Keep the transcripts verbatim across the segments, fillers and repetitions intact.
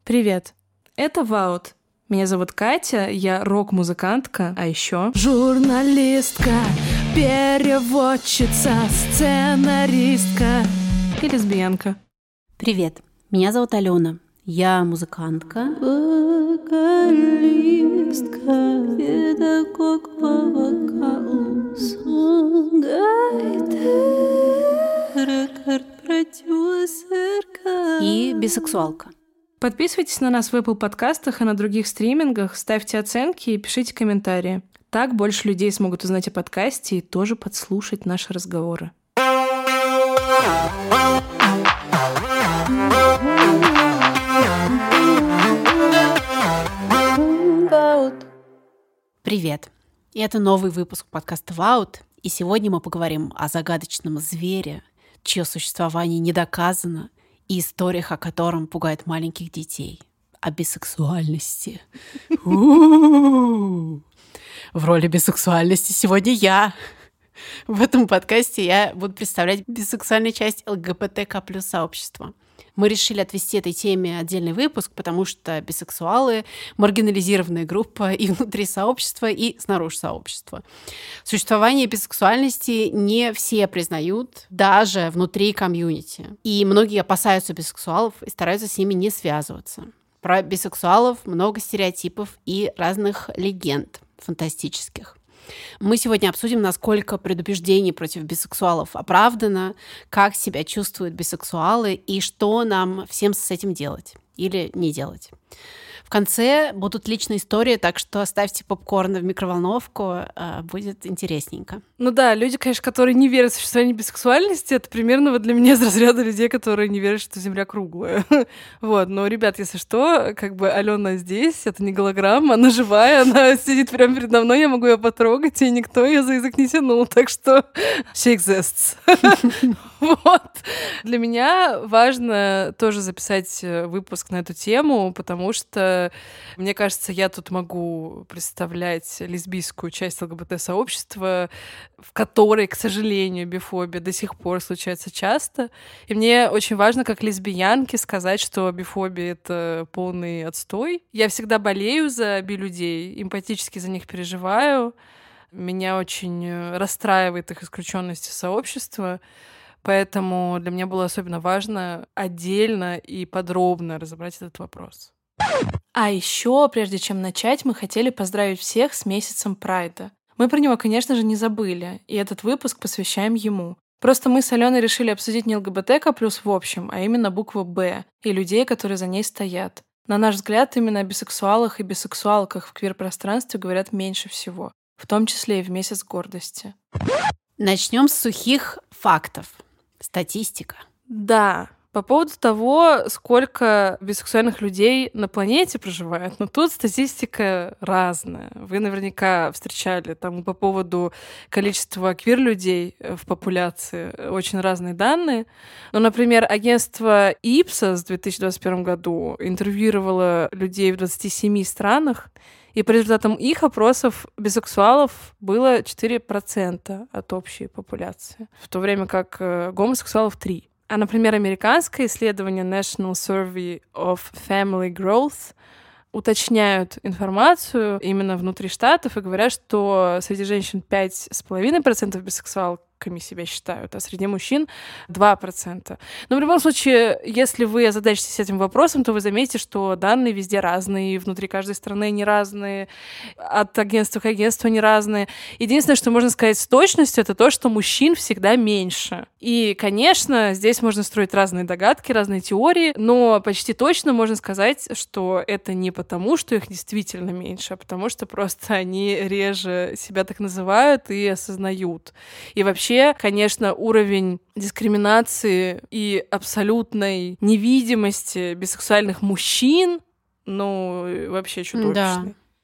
Привет, это Ваут. Меня зовут Катя, я рок-музыкантка, а еще журналистка, переводчица, сценаристка и лесбиянка. Привет, меня зовут Алена. Я музыкантка, вокалистка, педагог по вокалу, сонграйтер, рекорд-продюсерка и бисексуалка. Подписывайтесь на нас в Apple подкастах и на других стримингах, ставьте оценки и пишите комментарии. Так больше людей смогут узнать о подкасте и тоже подслушать наши разговоры. Привет! Это новый выпуск подкаста «Ваут», и сегодня мы поговорим о загадочном звере, чье существование не доказано, и историях, о котором пугают маленьких детей. О бисексуальности. В роли бисексуальности сегодня я. В этом подкасте я буду представлять бисексуальную часть ЛГБТК плюс сообщества. Мы решили отвести этой теме отдельный выпуск, потому что бисексуалы — маргинализированная группа и внутри сообщества, и снаружи сообщества. Существование бисексуальности не все признают, даже внутри комьюнити. И многие опасаются бисексуалов и стараются с ними не связываться. Про бисексуалов много стереотипов и разных легенд фантастических. Мы сегодня обсудим, насколько предубеждение против бисексуалов оправдано, как себя чувствуют бисексуалы и что нам всем с этим делать или не делать. В конце будут личные истории, так что ставьте попкорн в микроволновку, будет интересненько. Ну да, люди, конечно, которые не верят в существование бисексуальности, это примерно вот для меня из разряда людей, которые не верят, что Земля круглая. Вот, но, ребят, если что, как бы Алена здесь, это не голограмма, она живая, она сидит прямо передо мной, я могу ее потрогать, и никто ее за язык не тянул, так что she exists. Вот. Для меня важно тоже записать выпуск на эту тему, потому что, мне кажется, я тут могу представлять лесбийскую часть ЛГБТ-сообщества, в которой, к сожалению, бифобия до сих пор случается часто. И мне очень важно, как лесбиянке, сказать, что бифобия — это полный отстой. Я всегда болею за би-людей, эмпатически за них переживаю. Меня очень расстраивает их исключенность из сообщества. Поэтому для меня было особенно важно отдельно и подробно разобрать этот вопрос. А еще, прежде чем начать, мы хотели поздравить всех с месяцем Прайда. Мы про него, конечно же, не забыли, и этот выпуск посвящаем ему. Просто мы с Аленой решили обсудить не ЛГБТК плюс в общем, а именно букву «Б» и людей, которые за ней стоят. На наш взгляд, именно о бисексуалах и бисексуалках в квир-пространстве говорят меньше всего, в том числе и в месяц гордости. Начнем с сухих фактов. Статистика. Да, по поводу того, сколько бисексуальных людей на планете проживает, но тут статистика разная. Вы наверняка встречали там по поводу количества квир-людей в популяции очень разные данные. Ну, например, агентство Ipsos в две тысячи двадцать первом году интервьюировало людей в двадцати семи странах, и по результатам их опросов бисексуалов было четыре процента от общей популяции, в то время как гомосексуалов три процента. А, например, американское исследование National Survey of Family Growth уточняют информацию именно внутри штатов и говорят, что среди женщин пять целых пять десятых процента бисексуалками себя считают, а среди мужчин два процента. Но в любом случае, если вы озадачитесь этим вопросом, то вы заметите, что данные везде разные, и внутри каждой страны они разные, от агентства к агентству они разные. Единственное, что можно сказать с точностью, это то, что мужчин всегда меньше. И, конечно, здесь можно строить разные догадки, разные теории, но почти точно можно сказать, что это не потому, что их действительно меньше, а потому что просто они реже себя так называют и осознают. И вообще, конечно, уровень дискриминации и абсолютной невидимости бисексуальных мужчин, ну, вообще чудовищный. Да.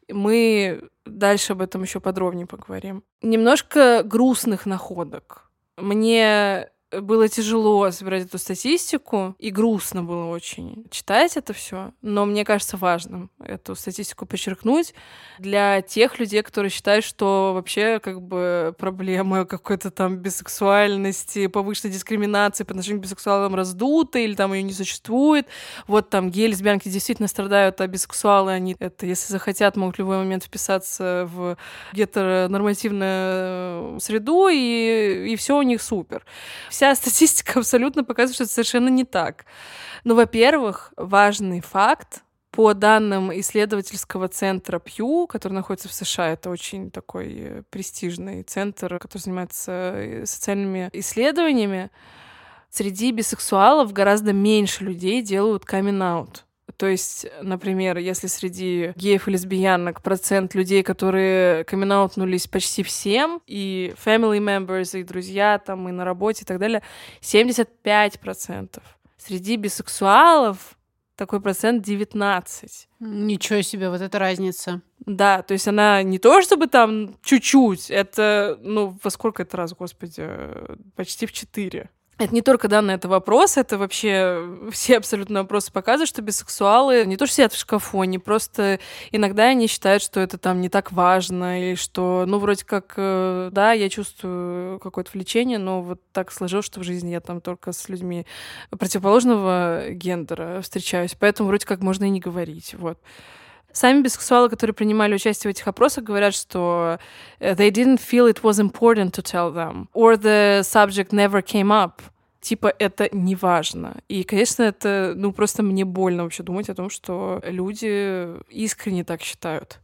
Мы дальше об этом еще подробнее поговорим. Немножко грустных находок. Мне было тяжело собирать эту статистику, и грустно было очень читать это все. Но мне кажется важным эту статистику подчеркнуть для тех людей, которые считают, что вообще как бы проблема какой-то там бисексуальности, повышенной дискриминации по отношению к бисексуалам раздута, или там ее не существует. Вот там гей-лесбиянки действительно страдают, а бисексуалы, они это, если захотят, могут в любой момент вписаться в гетеронормативную среду, и, и все у них супер. Вся статистика абсолютно показывает, что это совершенно не так. Ну, во-первых, важный факт. По данным исследовательского центра Пью, который находится в США, это очень такой престижный центр, который занимается социальными исследованиями, среди бисексуалов гораздо меньше людей делают камин-аут. То есть, например, если среди геев и лесбиянок процент людей, которые камин-аутнулись почти всем, и family members, и друзья, там, и на работе, и так далее, семьдесят пять процентов. Среди бисексуалов такой процент девятнадцать. Ничего себе, вот эта разница. Да, то есть она не то чтобы там чуть-чуть, это, ну, во сколько это раз, господи, почти в четыре. Это не только данные, это вопрос, это вообще все абсолютно вопросы показывают, что бисексуалы не то что сидят в шкафу, они просто иногда они считают, что это там не так важно, или что, ну, вроде как, да, я чувствую какое-то влечение, но вот так сложилось, что в жизни я там только с людьми противоположного гендера встречаюсь, поэтому вроде как можно и не говорить, вот. Сами бисексуалы, которые принимали участие в этих опросах, говорят, что they didn't feel it was important to tell them, or the subject never came up. Типа это не важно. И, конечно, это, ну, просто мне больно вообще думать о том, что люди искренне так считают.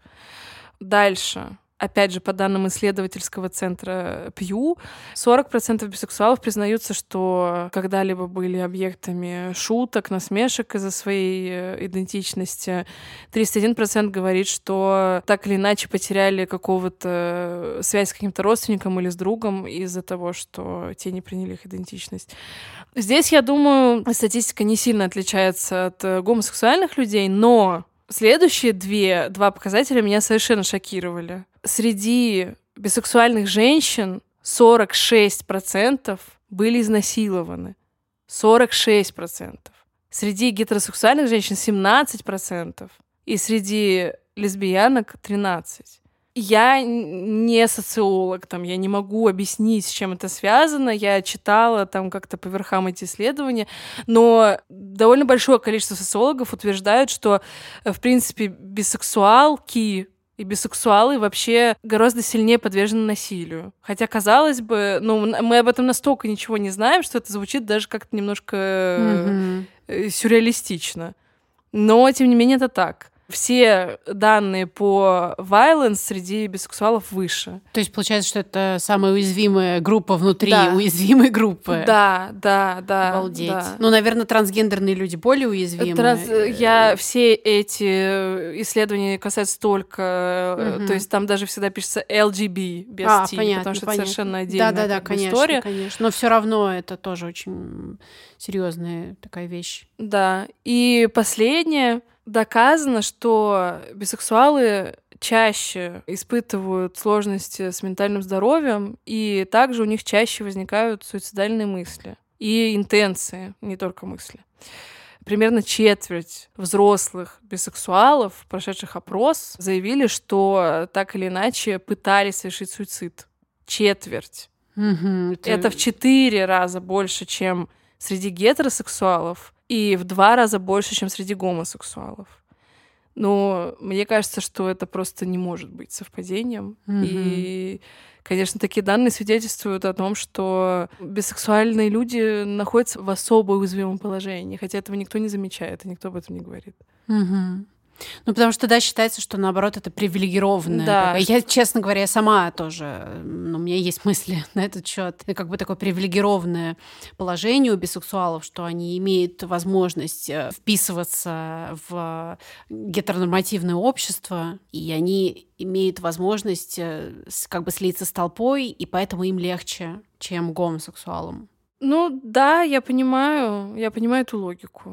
Дальше. Опять же, по данным исследовательского центра Пью, сорок процентов бисексуалов признаются, что когда-либо были объектами шуток, насмешек из-за своей идентичности. тридцать один процент говорит, что так или иначе потеряли какого-то связь с каким-то родственником или с другом из-за того, что те не приняли их идентичность. Здесь, я думаю, статистика не сильно отличается от гомосексуальных людей, но следующие две, два показателя меня совершенно шокировали. Среди бисексуальных женщин сорок шесть процентов были изнасилованы. сорок шесть процентов. Среди гетеросексуальных женщин семнадцать процентов. И среди лесбиянок тринадцать процентов. Я не социолог, там, я не могу объяснить, с чем это связано. Я читала там как-то по верхам эти исследования, но довольно большое количество социологов утверждают, что, в принципе, бисексуалки и бисексуалы вообще гораздо сильнее подвержены насилию. Хотя, казалось бы, ну, мы об этом настолько ничего не знаем, что это звучит даже как-то немножко mm-hmm. сюрреалистично. Но, тем не менее, это так. Все данные по violence среди бисексуалов выше. То есть получается, что это самая уязвимая группа внутри да. уязвимой группы. Да, да, да. Обалдеть. Да. Ну, наверное, трансгендерные люди более уязвимы. Транс... Я все эти исследования касаются только... Mm-hmm. То есть там даже всегда пишется эл джи би без а, T, понятно, потому что понятно. это совершенно отдельная да, да, да, конечно, история. конечно. Но все равно это тоже очень серьезная такая вещь. Да. И последнее. Доказано, что бисексуалы чаще испытывают сложности с ментальным здоровьем, и также у них чаще возникают суицидальные мысли и интенции, не только мысли. Примерно четверть взрослых бисексуалов, прошедших опрос, заявили, что так или иначе пытались совершить суицид. Четверть. Mm-hmm, это... это в четыре раза больше, чем среди гетеросексуалов, и в два раза больше, чем среди гомосексуалов. Но мне кажется, что это просто не может быть совпадением. Mm-hmm. И, конечно, такие данные свидетельствуют о том, что бисексуальные люди находятся в особо уязвимом положении, хотя этого никто не замечает, и никто об этом не говорит. Mm-hmm. Ну, потому что, да, считается, что, наоборот, это привилегированное. Да. Я, честно говоря, сама тоже, ну, у меня есть мысли на этот счет. Это как бы такое привилегированное положение у бисексуалов, что они имеют возможность вписываться в гетеронормативное общество, и они имеют возможность как бы слиться с толпой, и поэтому им легче, чем гомосексуалам. Ну, да, я понимаю, я понимаю эту логику.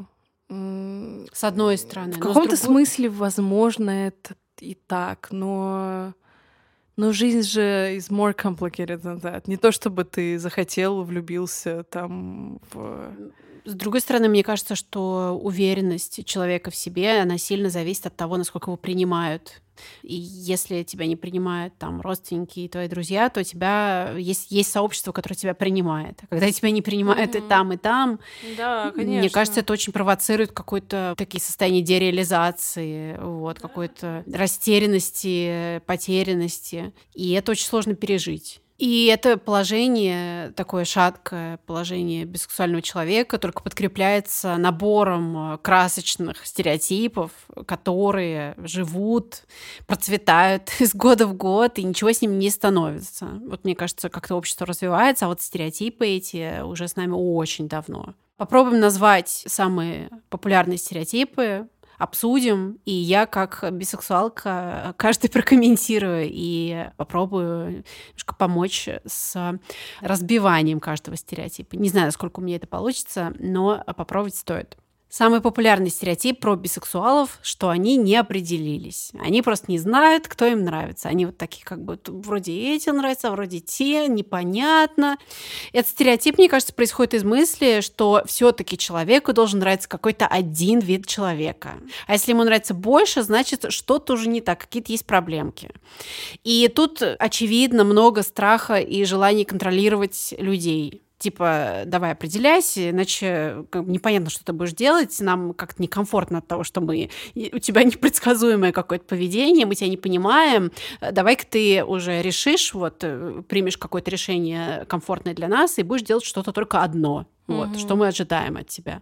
С одной стороны. В каком-то другой... смысле, возможно, это и так, но Но жизнь же is more complicated than that. Не то чтобы ты захотел, влюбился там в... С другой стороны, мне кажется, что уверенность человека в себе, она сильно зависит от того, насколько его принимают. И если тебя не принимают там родственники и твои друзья, то у тебя есть, есть сообщество, которое тебя принимает. А когда тебя не принимают mm-hmm. и там, и там, да, конечно. Мне кажется, это очень провоцирует какое-то такие состояние дереализации, вот, какой-то растерянности, потерянности. И это очень сложно пережить. И это положение, такое шаткое положение бисексуального человека, только подкрепляется набором красочных стереотипов, которые живут, процветают из года в год, и ничего с ними не становится. Вот мне кажется, как-то общество развивается, а вот стереотипы эти уже с нами очень давно. Попробуем назвать самые популярные стереотипы, обсудим, и я, как бисексуалка, каждый прокомментирую и попробую немножко помочь с разбиванием каждого стереотипа. Не знаю, насколько у меня это получится, но попробовать стоит. Самый популярный стереотип про бисексуалов, что они не определились. Они просто не знают, кто им нравится. Они вот такие, как бы, вроде эти нравятся, вроде те, непонятно. Этот стереотип, мне кажется, происходит из мысли, что все-таки человеку должен нравиться какой-то один вид человека. А если ему нравится больше, значит, что-то уже не так, какие-то есть проблемки. И тут, очевидно, много страха и желания контролировать людей. Типа, давай определяйся, иначе как бы непонятно, что ты будешь делать, нам как-то некомфортно от того, что мы... у тебя непредсказуемое какое-то поведение, мы тебя не понимаем, давай-ка ты уже решишь, вот, примешь какое-то решение комфортное для нас и будешь делать что-то только одно. Вот, mm-hmm. что мы ожидаем от тебя.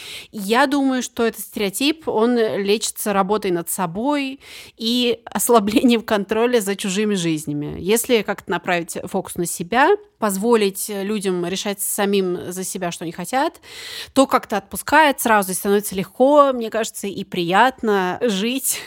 Я думаю, что этот стереотип, он лечится работой над собой и ослаблением контроля за чужими жизнями. Если как-то направить фокус на себя, позволить людям решать самим за себя, что они хотят, то как-то отпускает сразу, и становится легко, мне кажется, и приятно жить,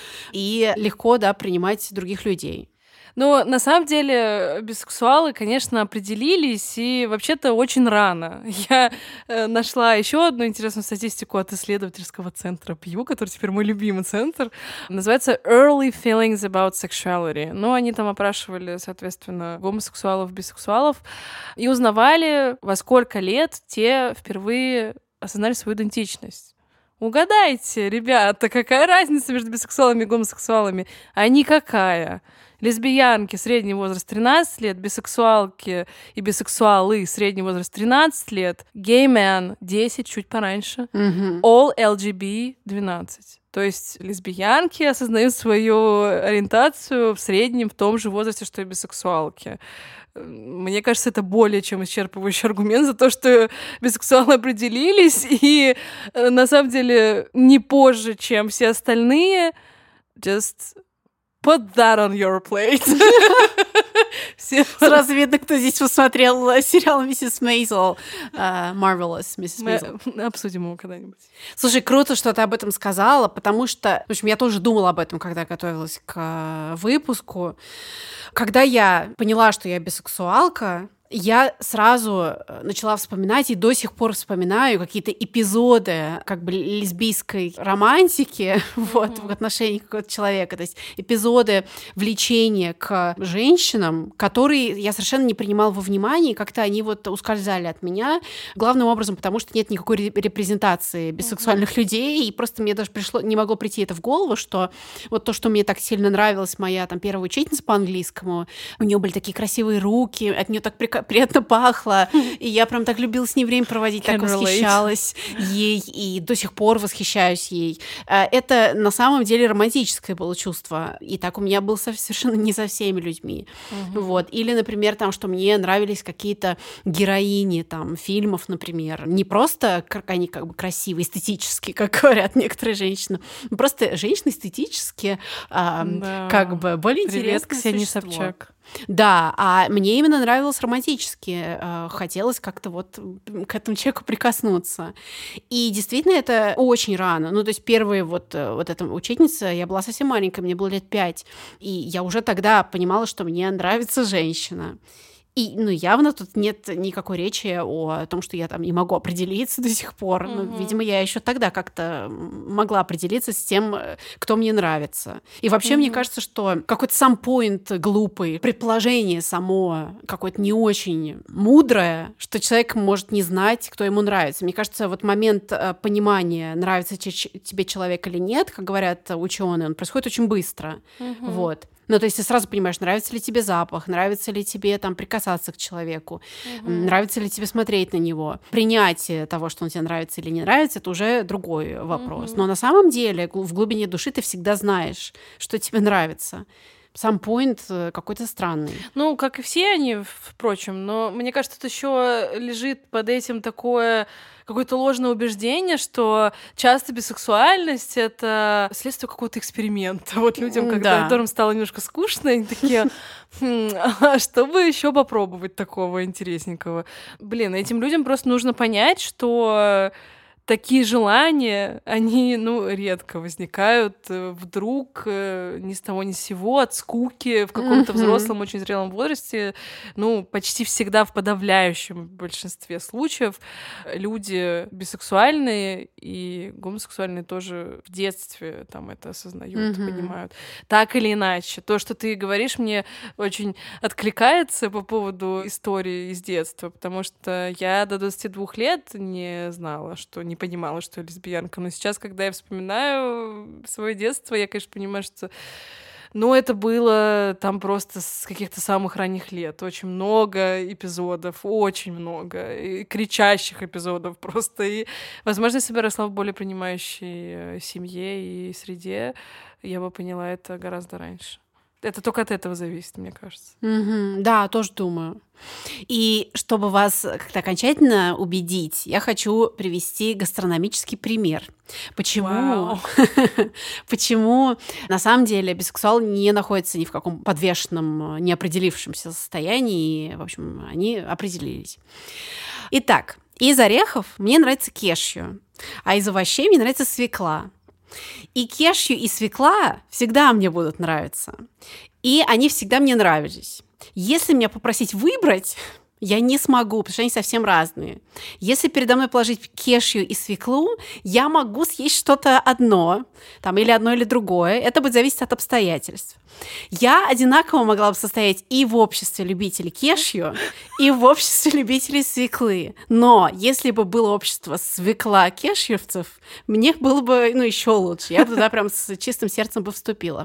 и легко, да, принимать других людей. Но на самом деле бисексуалы, конечно, определились, и вообще-то очень рано. Я э, нашла еще одну интересную статистику от исследовательского центра Пью, который теперь мой любимый центр. Называется Early Feelings About Sexuality. Ну, они там опрашивали, соответственно, гомосексуалов, бисексуалов, и узнавали, во сколько лет те впервые осознали свою идентичность. Угадайте, ребята, какая разница между бисексуалами и гомосексуалами? А никакая. Лесбиянки — средний возраст тринадцать лет, бисексуалки и бисексуалы — средний возраст тринадцать лет, гей-мен — десять, чуть пораньше, Mm-hmm. all эл джи би — двенадцать. То есть лесбиянки осознают свою ориентацию в среднем в том же возрасте, что и бисексуалки. Мне кажется, это более чем исчерпывающий аргумент за то, что бисексуалы определились, и на самом деле не позже, чем все остальные. Just put that on your plate. Сразу видно, кто здесь посмотрел сериал «Миссис Мейзел», uh, Marvelous миссис Мейзел. Мы обсудим его когда-нибудь. Слушай, круто, что ты об этом сказала, потому что, в общем, я тоже думала об этом, когда готовилась к выпуску. Когда я поняла, что я бисексуалка, я сразу начала вспоминать и до сих пор вспоминаю какие-то эпизоды как бы лесбийской романтики mm-hmm. вот, в отношении какого-то человека. То есть эпизоды влечения к женщинам, которые я совершенно не принимала во внимание, как-то они вот ускользали от меня. Главным образом, потому что нет никакой репрезентации бисексуальных mm-hmm. людей, и просто мне даже пришло, не могло прийти это в голову, что вот то, что мне так сильно нравилась моя там первая учительница по английскому, у нее были такие красивые руки, от нее так прикольно приятно пахло, и я прям так любила с ней время проводить, так восхищалась ей, и до сих пор восхищаюсь ей. Это на самом деле романтическое было чувство, и так у меня было совершенно не со всеми людьми. Uh-huh. Вот. Или, например, там, что мне нравились какие-то героини там, фильмов, например, не просто как они как бы красивые, эстетически, как говорят некоторые женщины, просто женщины эстетически а, да. как бы более Привет, интересное Ксения существо. Собчак. Да, а мне именно нравилось романтически. Хотелось как-то вот к этому человеку прикоснуться. И действительно, это очень рано. Ну, то есть первая вот, вот эта ученица, я была совсем маленькая, мне было лет пять. И я уже тогда понимала, что мне нравится женщина. И, ну, явно тут нет никакой речи о том, что я там не могу определиться до сих пор. Мгм. Ну, видимо, я еще тогда как-то могла определиться с тем, кто мне нравится. И вообще, мне Мгм. кажется, что какой-то сам поинт глупый, предположение само какое-то не очень мудрое, что человек может не знать, кто ему нравится. Мне кажется, вот момент э, понимания, нравится те- тебе человек или нет, как говорят ученые, он происходит очень быстро. Мгм. Вот. Ну, то есть ты сразу понимаешь, нравится ли тебе запах, нравится ли тебе там прикасаться к человеку, Мгм. нравится ли тебе смотреть на него. Принятие того, что он тебе нравится или не нравится, это уже другой вопрос. Мгм. Но на самом деле гл- в глубине души ты всегда знаешь, что тебе нравится. Сам поинт э, какой-то странный. Ну, как и все они, впрочем, но мне кажется, тут еще лежит под этим такое какое-то ложное убеждение, что часто бисексуальность — это следствие какого-то эксперимента. Вот людям, когда Да. которым стало немножко скучно, они такие, «Хм, а что бы еще попробовать такого интересненького? Блин, этим людям просто нужно понять, что такие желания, они, ну, редко возникают э, вдруг э, ни с того ни с сего, от скуки в каком-то Мгм. взрослом, очень зрелом возрасте. Ну, почти всегда в подавляющем большинстве случаев люди бисексуальные и гомосексуальные тоже в детстве там это осознают, Мгм. понимают. Так или иначе. То, что ты говоришь, мне очень откликается по поводу истории из детства, потому что я до двадцати двух лет не знала, что не понимала, что я лесбиянка. Но сейчас, когда я вспоминаю свое детство, я, конечно, понимаю, что ну, это было там просто с каких-то самых ранних лет. Очень много эпизодов, очень много. И кричащих эпизодов просто. И, возможно, если бы я росла в более принимающей э, семье и среде, я бы поняла это гораздо раньше. Это только от этого зависит, мне кажется. Мгм. Да, тоже думаю. И чтобы вас как-то окончательно убедить, я хочу привести гастрономический пример. Почему, Вау. почему на самом деле бисексуал не находится ни в каком подвешенном, неопределившемся состоянии. В общем, они определились. Итак, из орехов мне нравится кешью, а из овощей мне нравится свекла. И кешью, и свекла всегда мне будут нравиться. И они всегда мне нравились. Если меня попросить выбрать, я не смогу, потому что они совсем разные. Если передо мной положить кешью и свеклу, я могу съесть что-то одно, там, или одно, или другое. Это будет зависеть от обстоятельств. Я одинаково могла бы состоять и в обществе любителей кешью, и в обществе любителей свеклы. Но если бы было общество свекла-кешьевцев, мне было бы, ну, еще лучше. Я бы туда прям с чистым сердцем бы вступила.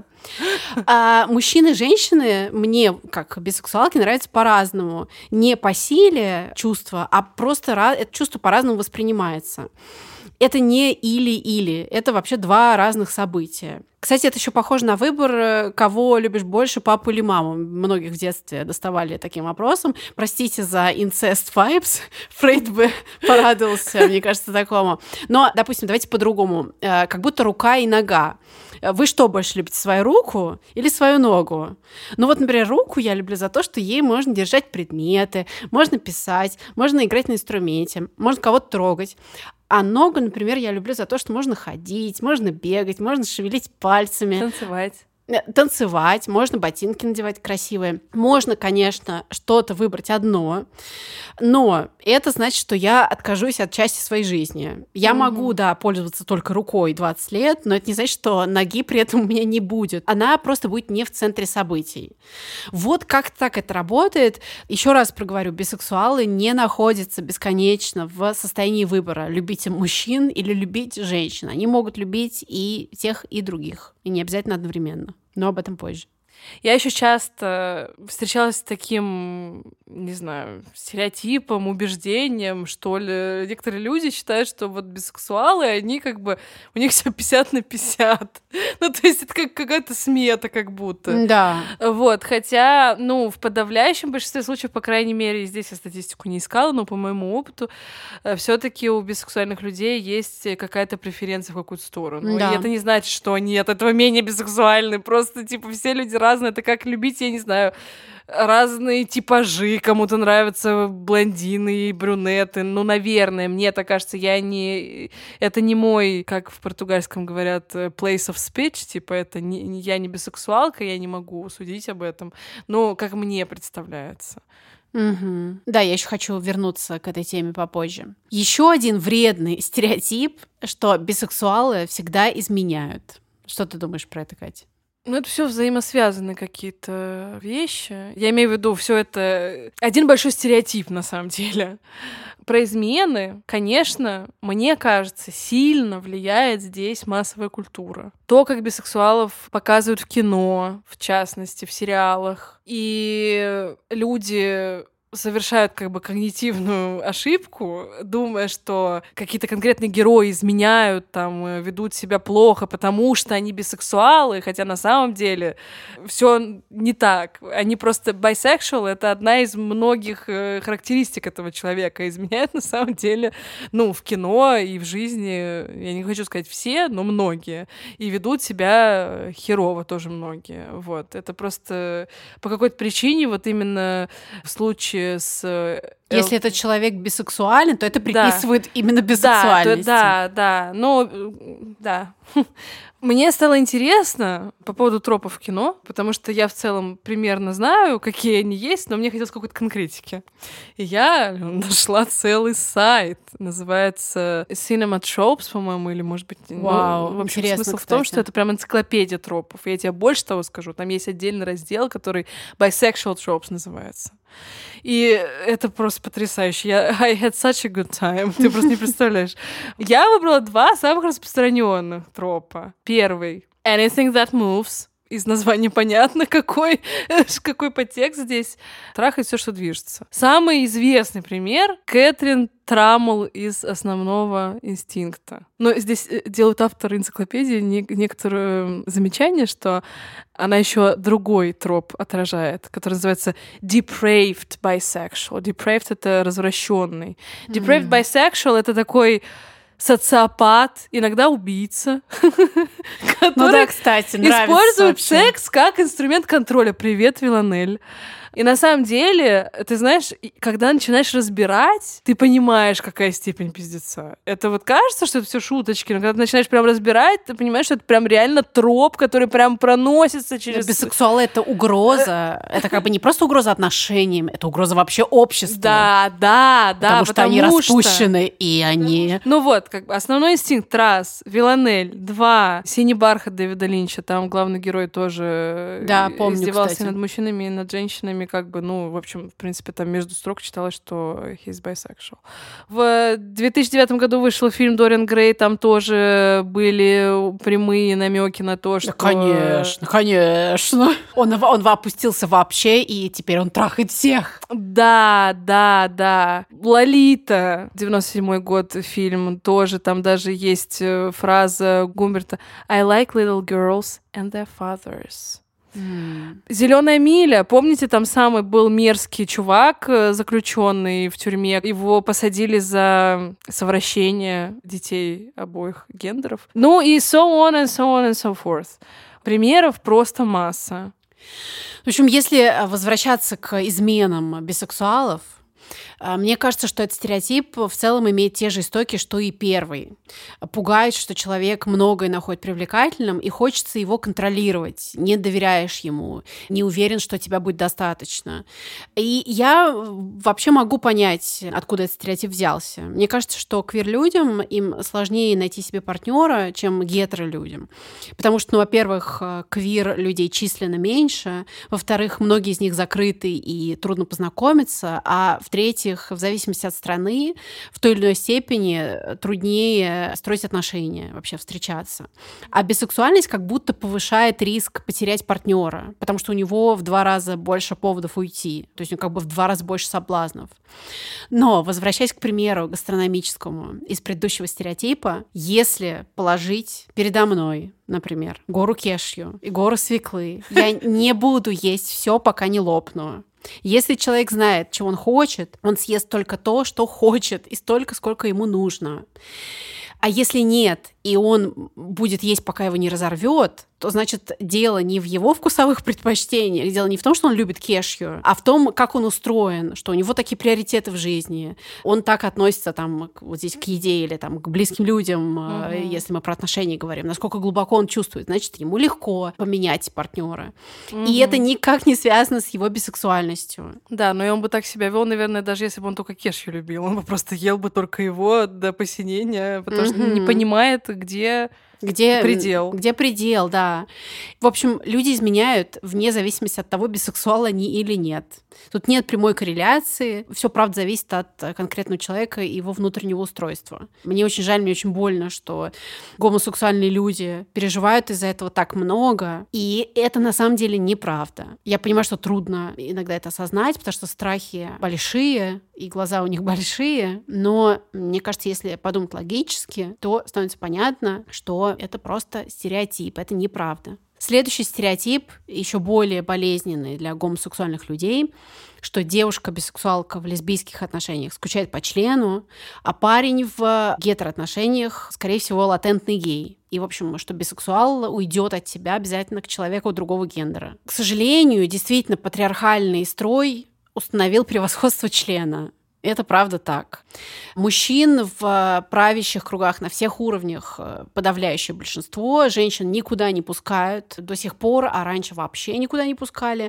А мужчины и женщины мне, как бисексуалке, нравятся по-разному. Не по силе чувства, а просто это чувство по-разному воспринимается. Это не или-или, это вообще два разных события. Кстати, это еще похоже на выбор, кого любишь больше, папу или маму. Многих в детстве доставали таким вопросом. Простите за incest vibes. Фрейд бы порадовался, мне кажется, такому. Но, допустим, давайте по-другому. Как будто рука и нога. Вы что больше любите, свою руку или свою ногу? Ну вот, например, руку я люблю за то, что ей можно держать предметы, можно писать, можно играть на инструменте, можно кого-то трогать. А ногу, например, я люблю за то, что можно ходить, можно бегать, можно шевелить пальцами. Танцевать. Танцевать, можно ботинки надевать красивые. Можно, конечно, что-то выбрать одно, но это значит, что я откажусь от части своей жизни. Я mm-hmm. могу, да, пользоваться только рукой двадцать лет, но это не значит, что ноги при этом у меня не будет. Она просто будет не в центре событий. Вот как так это работает. Еще раз проговорю, бисексуалы не находятся бесконечно в состоянии выбора, любить мужчин или любить женщин. Они могут любить и тех, и других, и не обязательно одновременно. Но об этом позже. Я еще часто встречалась с таким, не знаю, стереотипом, убеждением, что ли. Некоторые люди считают, что вот бисексуалы, они как бы, у них все пятьдесят на пятьдесят. Ну, то есть это как какая-то смета как будто. Да. Вот, хотя, ну, в подавляющем большинстве случаев, по крайней мере, здесь я статистику не искала, но по моему опыту, все-таки у бисексуальных людей есть какая-то преференция в какую-то сторону. Да. И это не значит, что они от этого менее бисексуальны. Просто, типа, все люди разные. Это как любить, я не знаю, разные типажи. Кому-то нравятся блондины и брюнеты. Ну, наверное, мне так кажется, я не... Это не мой, как в португальском говорят, place of speech. Типа, это не... я не бисексуалка, я не могу судить об этом. Но как мне представляется. Угу. Да, я еще хочу вернуться к этой теме попозже. Еще один вредный стереотип, что бисексуалы всегда изменяют. Что ты думаешь про это, Катя? Ну, это все взаимосвязанные какие-то вещи. Я имею в виду, все это один большой стереотип, на самом деле. Про измены, конечно, мне кажется, сильно влияет здесь массовая культура. То, как бисексуалов показывают в кино, в частности, в сериалах. И люди совершают как бы когнитивную ошибку, думая, что какие-то конкретные герои изменяют, там, ведут себя плохо, потому что они бисексуалы, хотя на самом деле все не так. Они просто bisexual — это одна из многих характеристик этого человека. Изменяют на самом деле, ну, в кино и в жизни, я не хочу сказать все, но многие. И ведут себя херово тоже многие. Вот. Это просто по какой-то причине, вот именно в случае с... Если этот человек бисексуален, то это приписывает да. именно бисексуальности. Да, да, да. Ну, да. Мне стало интересно по поводу тропов в кино, потому что я в целом примерно знаю, какие они есть, но мне хотелось какой-то конкретики. И я нашла целый сайт, называется Cinema Tropes, по-моему, или, может быть... Вау, ну, в общем, интересно, смысл кстати. в том, что это прям энциклопедия тропов. И я тебе больше того скажу, там есть отдельный раздел, который Bisexual Tropes называется. И это просто потрясающе. Я I had such a good time. Ты просто не представляешь. Я выбрала два самых распространенных тропа. Первый — Anything that moves. Из названия понятно, какой, какой подтекст здесь. Трахать все, что движется. Самый известный пример — Кэтрин Траммел из «Основного инстинкта». Но здесь делают авторы энциклопедии не- некоторые замечания, что она еще другой троп отражает, который называется depraved bisexual. Depraved — это развращенный. Depraved mm-hmm. bisexual — это такой социопат, иногда убийца, который ну да, кстати, использует секс как инструмент контроля. Привет, Виланель. И на самом деле, ты знаешь, когда начинаешь разбирать, ты понимаешь, какая степень пиздеца. Это вот кажется, что это все шуточки, но когда ты начинаешь прям разбирать, ты понимаешь, что это прям реально троп, который прям проносится через... Бисексуалы — это угроза. Это как бы не просто угроза отношениям, это угроза вообще обществу. Да, да, да. Потому что они распущены, и они... Ну вот, как бы «Основной инстинкт» — раз, «Виланель» — два, «Синий бархат» Дэвида Линча, там главный герой тоже да, помню, издевался кстати. над мужчинами и над женщинами, как бы, ну, в общем, в принципе, там между строк читалось, что he's bisexual. В две тысячи девятом году вышел фильм «Дориан Грей», там тоже были прямые намеки на то, что... Да, конечно, конечно. Он, он опустился вообще, и теперь он трахает всех. Да, да, да. «Лолита», девяносто седьмой год фильм, тоже там даже есть фраза Гумберта «I like little girls and their fathers». Mm. «Зеленая миля». Помните, там самый был мерзкий чувак, заключенный в тюрьме. Его посадили за совращение детей обоих гендеров. Ну и so on and so on and so forth. Примеров просто масса. В общем, если возвращаться к изменам бисексуалов, мне кажется, что этот стереотип в целом имеет те же истоки, что и первый. Пугает, что человек многое находит привлекательным, и хочется его контролировать. Не доверяешь ему, не уверен, что тебя будет достаточно. И я вообще могу понять, откуда этот стереотип взялся. Мне кажется, что квир-людям им сложнее найти себе партнера, чем гетеро-людям. Потому что, ну, во-первых, квир-людей численно меньше, во-вторых, многие из них закрыты и трудно познакомиться, а в-третьих, в зависимости от страны, в той или иной степени труднее строить отношения, вообще встречаться. А бисексуальность как будто повышает риск потерять партнера, потому что у него в два раза больше поводов уйти, то есть у него как бы в два раза больше соблазнов. Но, возвращаясь к примеру гастрономическому из предыдущего стереотипа, если положить передо мной, например, гору кешью и гору свеклы, я не буду есть все, пока не лопну. Если человек знает, чего он хочет, он съест только то, что хочет, и столько, сколько ему нужно. А если нет, и он будет есть, пока его не разорвет, то, значит, дело не в его вкусовых предпочтениях, дело не в том, что он любит кешью, а в том, как он устроен, что у него такие приоритеты в жизни. Он так относится там, вот здесь к еде или там, к близким людям, uh-huh. если мы про отношения говорим, насколько глубоко он чувствует, значит, ему легко поменять партнера. Uh-huh. И это никак не связано с его бисексуальностью. Да, но и он бы так себя вел, наверное, даже если бы он только кешью любил. Он бы просто ел бы только его до посинения, потому uh-huh. что не понимает, где... Где предел. Где предел, да. В общем, люди изменяют вне зависимости от того, бисексуалы они или нет. Тут нет прямой корреляции. Все, правда, зависит от конкретного человека и его внутреннего устройства. Мне очень жаль, мне очень больно, что гомосексуальные люди переживают из-за этого так много. И это на самом деле неправда. Я понимаю, что трудно иногда это осознать, потому что страхи большие, и глаза у них большие. Но мне кажется, если подумать логически, то становится понятно, что это просто стереотип, это неправда. Следующий стереотип, еще более болезненный для гомосексуальных людей, что девушка-бисексуалка в лесбийских отношениях скучает по члену, а парень в гетероотношениях, скорее всего, латентный гей. И, в общем, что бисексуал уйдет от тебя обязательно к человеку другого гендера. К сожалению, действительно, патриархальный строй установил превосходство члена. Это правда так. Мужчин в правящих кругах на всех уровнях подавляющее большинство. Женщин никуда не пускают до сих пор, а раньше вообще никуда не пускали.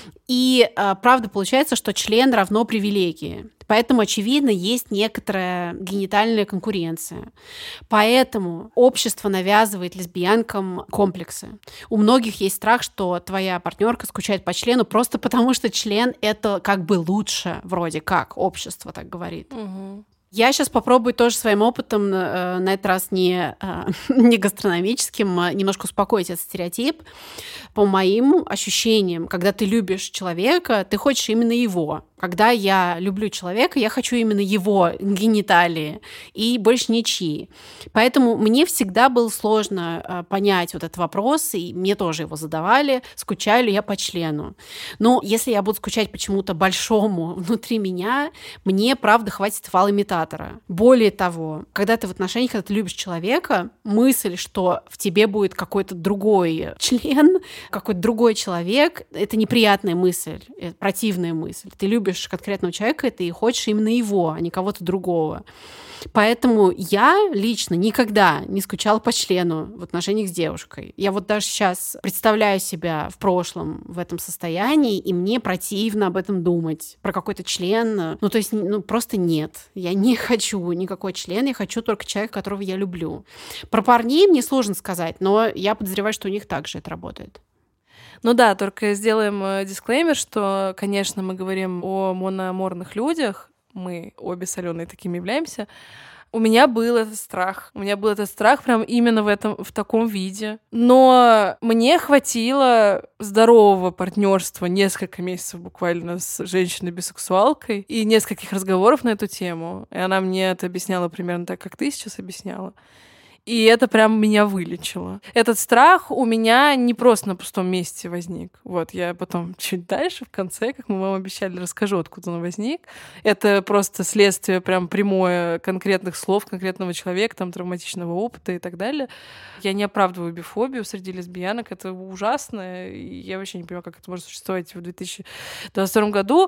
И правда получается, что член равно привилегии. Поэтому, очевидно, есть некоторая генитальная конкуренция. Поэтому общество навязывает лесбиянкам комплексы. У многих есть страх, что твоя партнерка скучает по члену просто потому, что член — это как бы лучше, вроде как, общество так говорит. Угу. Я сейчас попробую тоже своим опытом, на этот раз не, не гастрономическим, немножко успокоить этот стереотип. По моим ощущениям, когда ты любишь человека, ты хочешь именно его. Когда я люблю человека, я хочу именно его гениталии и больше ничьи. Поэтому мне всегда было сложно понять вот этот вопрос, и мне тоже его задавали, скучаю ли я по члену. Но если я буду скучать почему-то большому внутри меня, мне, правда, хватит фалоимитатора. Более того, когда ты в отношениях, когда ты любишь человека, мысль, что в тебе будет какой-то другой член, какой-то другой человек, это неприятная мысль, это противная мысль. Ты любишь конкретного человека, и ты хочешь именно его, а не кого-то другого. Поэтому я лично никогда не скучала по члену в отношениях с девушкой. Я вот даже сейчас представляю себя в прошлом в этом состоянии, и мне противно об этом думать. Про какой-то член. Ну, то есть, ну, просто нет. Я не хочу никакой член, я хочу только человека, которого я люблю. Про парней мне сложно сказать, но я подозреваю, что у них также это работает. Ну да, только сделаем дисклеймер, что, конечно, мы говорим о мономорных людях, мы обе с Аленой такими являемся. У меня был этот страх. У меня был этот страх прям именно в этом, в таком виде. Но мне хватило здорового партнерства несколько месяцев буквально с женщиной-бисексуалкой и нескольких разговоров на эту тему. И она мне это объясняла примерно так, как ты сейчас объясняла. И это прям меня вылечило. Этот страх у меня не просто на пустом месте возник. Вот, я потом чуть дальше, в конце, как мы вам обещали, расскажу, откуда он возник. Это просто следствие прям прямое конкретных слов, конкретного человека, там, травматичного опыта и так далее. Я не оправдываю бифобию среди лесбиянок. Это ужасно. И я вообще не понимаю, как это может существовать в две тысячи двадцать втором году.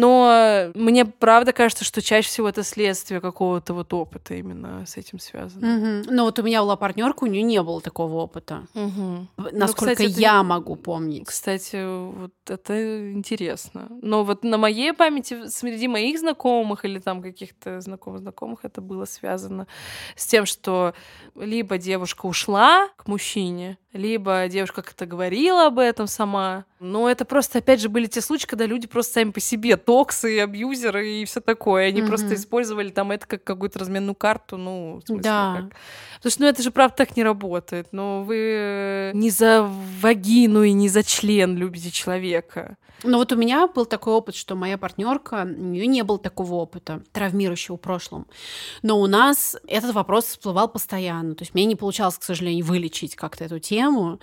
Но мне правда кажется, что чаще всего это следствие какого-то вот опыта именно с этим связано. Mm-hmm. Ну вот у меня была партнерка, у нее не было такого опыта. Угу. Насколько ну, кстати, я это... могу помнить. Кстати, вот это интересно. Но вот на моей памяти среди моих знакомых или там каких-то знакомых-знакомых это было связано с тем, что либо девушка ушла к мужчине, либо девушка как-то говорила об этом сама. Но это просто, опять же, были те случаи, когда люди просто сами по себе токсы, абьюзеры и все такое. Они mm-hmm. просто использовали там это как какую-то разменную карту. Ну, в смысле, да. как... Потому что, ну, это же, правда, так не работает. Но вы не за вагину и не за член любите человека. Ну вот у меня был такой опыт, что моя партнерка, у нее не было такого опыта травмирующего в прошлом. Но у нас этот вопрос всплывал постоянно. То есть мне не получалось, к сожалению, вылечить как-то эту тему.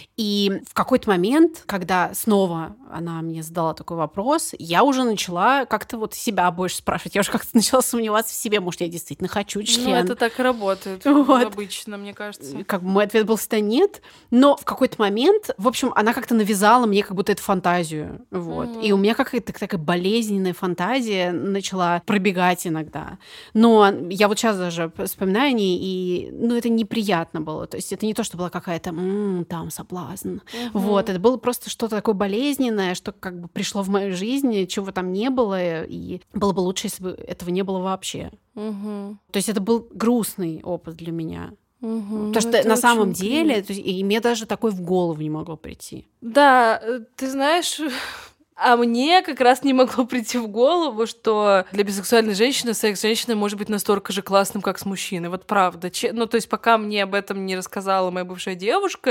И в какой-то момент, когда снова она мне задала такой вопрос, я уже начала как-то вот себя больше спрашивать. Я уже как-то начала сомневаться в себе. Может, я действительно хочу член. Ну, это так и работает вот. Обычно, мне кажется. Как бы мой ответ был всегда нет. Но в какой-то момент, в общем, она как-то навязала мне как будто эту фантазию. Вот. Mm-hmm. И у меня какая-то такая болезненная фантазия начала пробегать иногда. Но я вот сейчас даже вспоминаю о ней, и ну, это неприятно было. То есть это не то, что была какая-то м-м, там соблазн. Mm-hmm. Вот. Это было просто что-то такое болезненное, что как бы пришло в мою жизнь, чего там не было, и было бы лучше, если бы этого не было вообще. Mm-hmm. То есть это был грустный опыт для меня. Угу, Потому что на самом деле, то есть, и мне даже такое в голову не могло прийти. Да, ты знаешь, а мне как раз не могло прийти в голову, что для бисексуальной женщины секс с женщиной может быть настолько же классным, как с мужчиной. Вот правда. Ну, то есть пока мне об этом не рассказала моя бывшая девушка,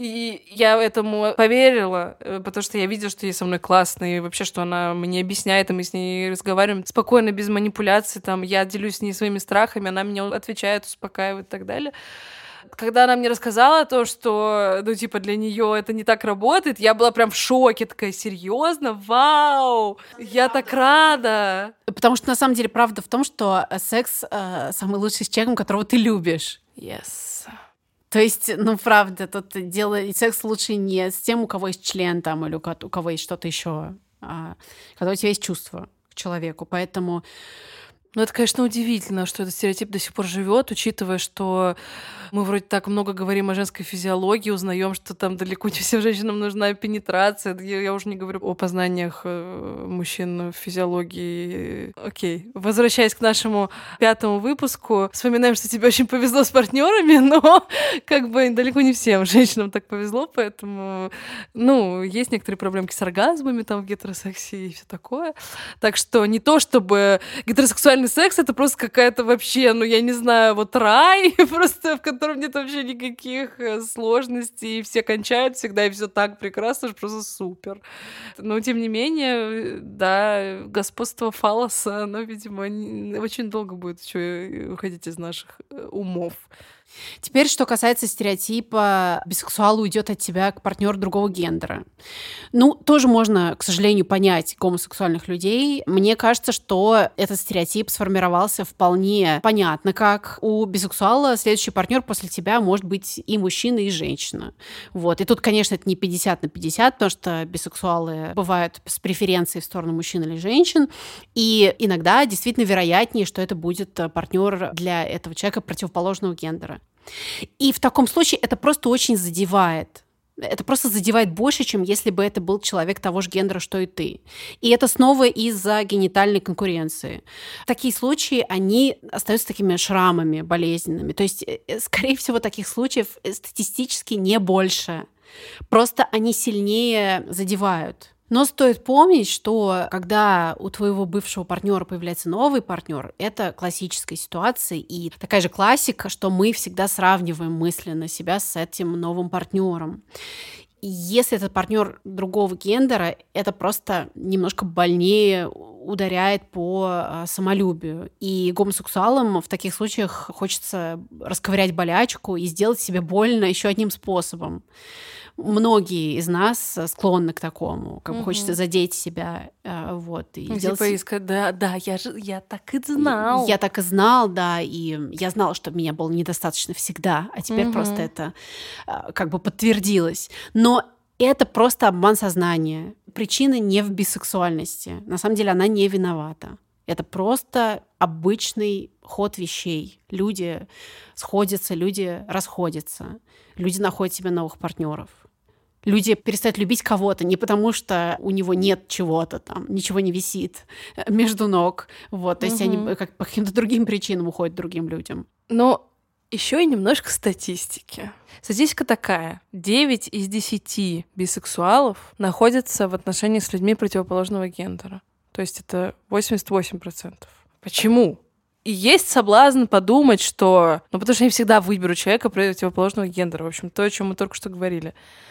и я этому поверила, потому что я видела, что ей со мной классно, и вообще, что она мне объясняет, и мы с ней разговариваем спокойно, без манипуляций, там, я делюсь с ней своими страхами, она меня отвечает, успокаивает и так далее. Когда она мне рассказала то, что, ну, типа, для нее это не так работает, я была прям в шоке, такая, серьезно, вау, я так рада. Потому что, на самом деле, правда в том, что секс э, самый лучший с человеком, которого ты любишь. Yes. То есть, ну, правда, тут дело, секс лучше не с тем, у кого есть член там, или у кого есть что-то еще, а когда у тебя есть чувство к человеку. Поэтому... Ну, это, конечно, удивительно, что этот стереотип до сих пор живет, учитывая, что мы вроде так много говорим о женской физиологии, узнаем, что там далеко не всем женщинам нужна пенетрация. Я, я уже не говорю о познаниях мужчин в физиологии. Окей. Возвращаясь к нашему пятому выпуску, вспоминаем, что тебе очень повезло с партнерами, но как бы далеко не всем женщинам так повезло, поэтому, ну, есть некоторые проблемки с оргазмами там в гетеросексе и все такое. Так что не то, чтобы гетеросексуальный секс — это просто какая-то вообще, ну, я не знаю, вот рай, просто в котором нет вообще никаких сложностей, и все кончают всегда, и все так прекрасно, что просто супер. Но, тем не менее, да, господство фаллоса, оно, видимо, очень долго будет еще уходить из наших умов. Теперь, что касается стереотипа, бисексуал уйдет от тебя к партнеру другого гендера. Ну, тоже можно, к сожалению, понять гомосексуальных людей. Мне кажется, что этот стереотип сформировался вполне понятно, как у бисексуала следующий партнер после тебя может быть и мужчина, и женщина. Вот. И тут, конечно, это не пятьдесят на пятьдесят, потому что бисексуалы бывают с преференцией в сторону мужчин или женщин, и иногда действительно вероятнее, что это будет партнер для этого человека противоположного гендера. И в таком случае это просто очень задевает. Это просто задевает больше, чем если бы это был человек того же гендера, что и ты. И это снова из-за генитальной конкуренции. Такие случаи, они остаются такими шрамами болезненными. То есть, скорее всего, таких случаев статистически не больше. Просто они сильнее задевают. Но стоит помнить, что когда у твоего бывшего партнера появляется новый партнер, это классическая ситуация и такая же классика, что мы всегда сравниваем мысленно себя с этим новым партнером. И если этот партнер другого гендера, это просто немножко больнее ударяет по самолюбию. И гомосексуалам в таких случаях хочется расковырять болячку и сделать себе больно еще одним способом. Многие из нас склонны к такому, как бы угу. хочется задеть себя, вот. И сделать... Типа искать, да, да, я же, я так и знал. Я, я так и знал, да, и я знала, что меня было недостаточно всегда, а теперь угу. просто это как бы подтвердилось. Но это просто обман сознания. Причина не в бисексуальности. На самом деле она не виновата. Это просто обычный ход вещей. Люди сходятся, люди расходятся. Люди находят себе новых партнеров. Люди перестают любить кого-то не потому, что у него нет чего-то там, ничего не висит между ног. Вот, то есть угу. они как по каким-то другим причинам уходят к другим людям. Но еще и немножко статистики. Статистика такая. девять из десяти бисексуалов находятся в отношениях с людьми противоположного гендера. То есть это восемьдесят восемь процентов. Почему? И есть соблазн подумать, что... Ну, потому что они всегда выберут человека противоположного гендера. В общем, то, о чем мы только что говорили.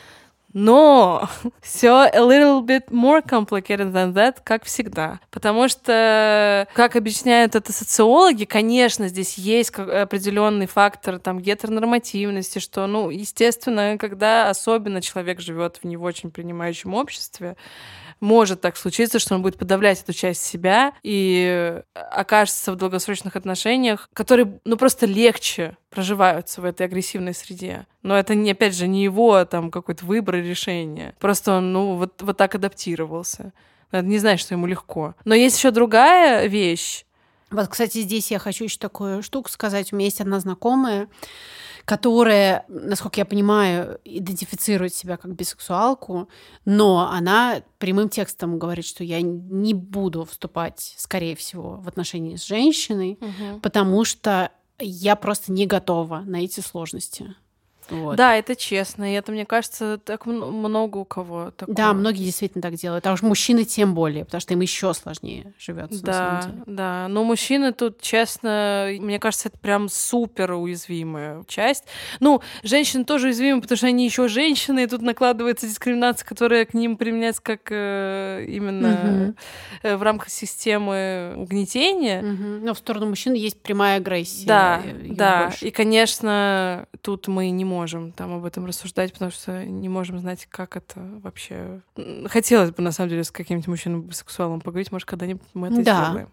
Но все a little bit more complicated than that, как всегда. Потому что, как объясняют это социологи, конечно, здесь есть определенный фактор там гетеронормативности, что, ну, естественно, когда особенно человек живет в не очень принимающем обществе, может так случиться, что он будет подавлять эту часть себя и окажется в долгосрочных отношениях, которые, ну, просто легче проживаются в этой агрессивной среде. Но это, не, опять же, не его там какой-то выбор и решение. Просто он, ну, вот, вот так адаптировался. Это не значит, что ему легко. Но есть еще другая вещь. Вот, кстати, здесь я хочу еще такую штуку сказать. У меня есть одна знакомая, которая, насколько я понимаю, идентифицирует себя как бисексуалку, но она прямым текстом говорит, что я не буду вступать, скорее всего, в отношения с женщиной, угу. потому что я просто не готова на эти сложности. Вот. Да, это честно, и это, мне кажется, так много у кого такое. Да, многие действительно так делают, а уж мужчины тем более, потому что им еще сложнее живется. Да, на самом деле. Да, но мужчины тут, честно, мне кажется, это прям супер уязвимая часть. Ну, женщины тоже уязвимы, потому что они еще женщины, и тут накладывается дискриминация, которая к ним применяется как э, именно угу. в рамках системы угнетения. Угу. Но в сторону мужчин есть прямая агрессия. Да, да, больше. И, конечно, тут мы не можем можем там об этом рассуждать, потому что не можем знать, как это вообще... Хотелось бы, на самом деле, с каким-нибудь мужчиной-бисексуалом поговорить, может, когда-нибудь мы это да. сделаем.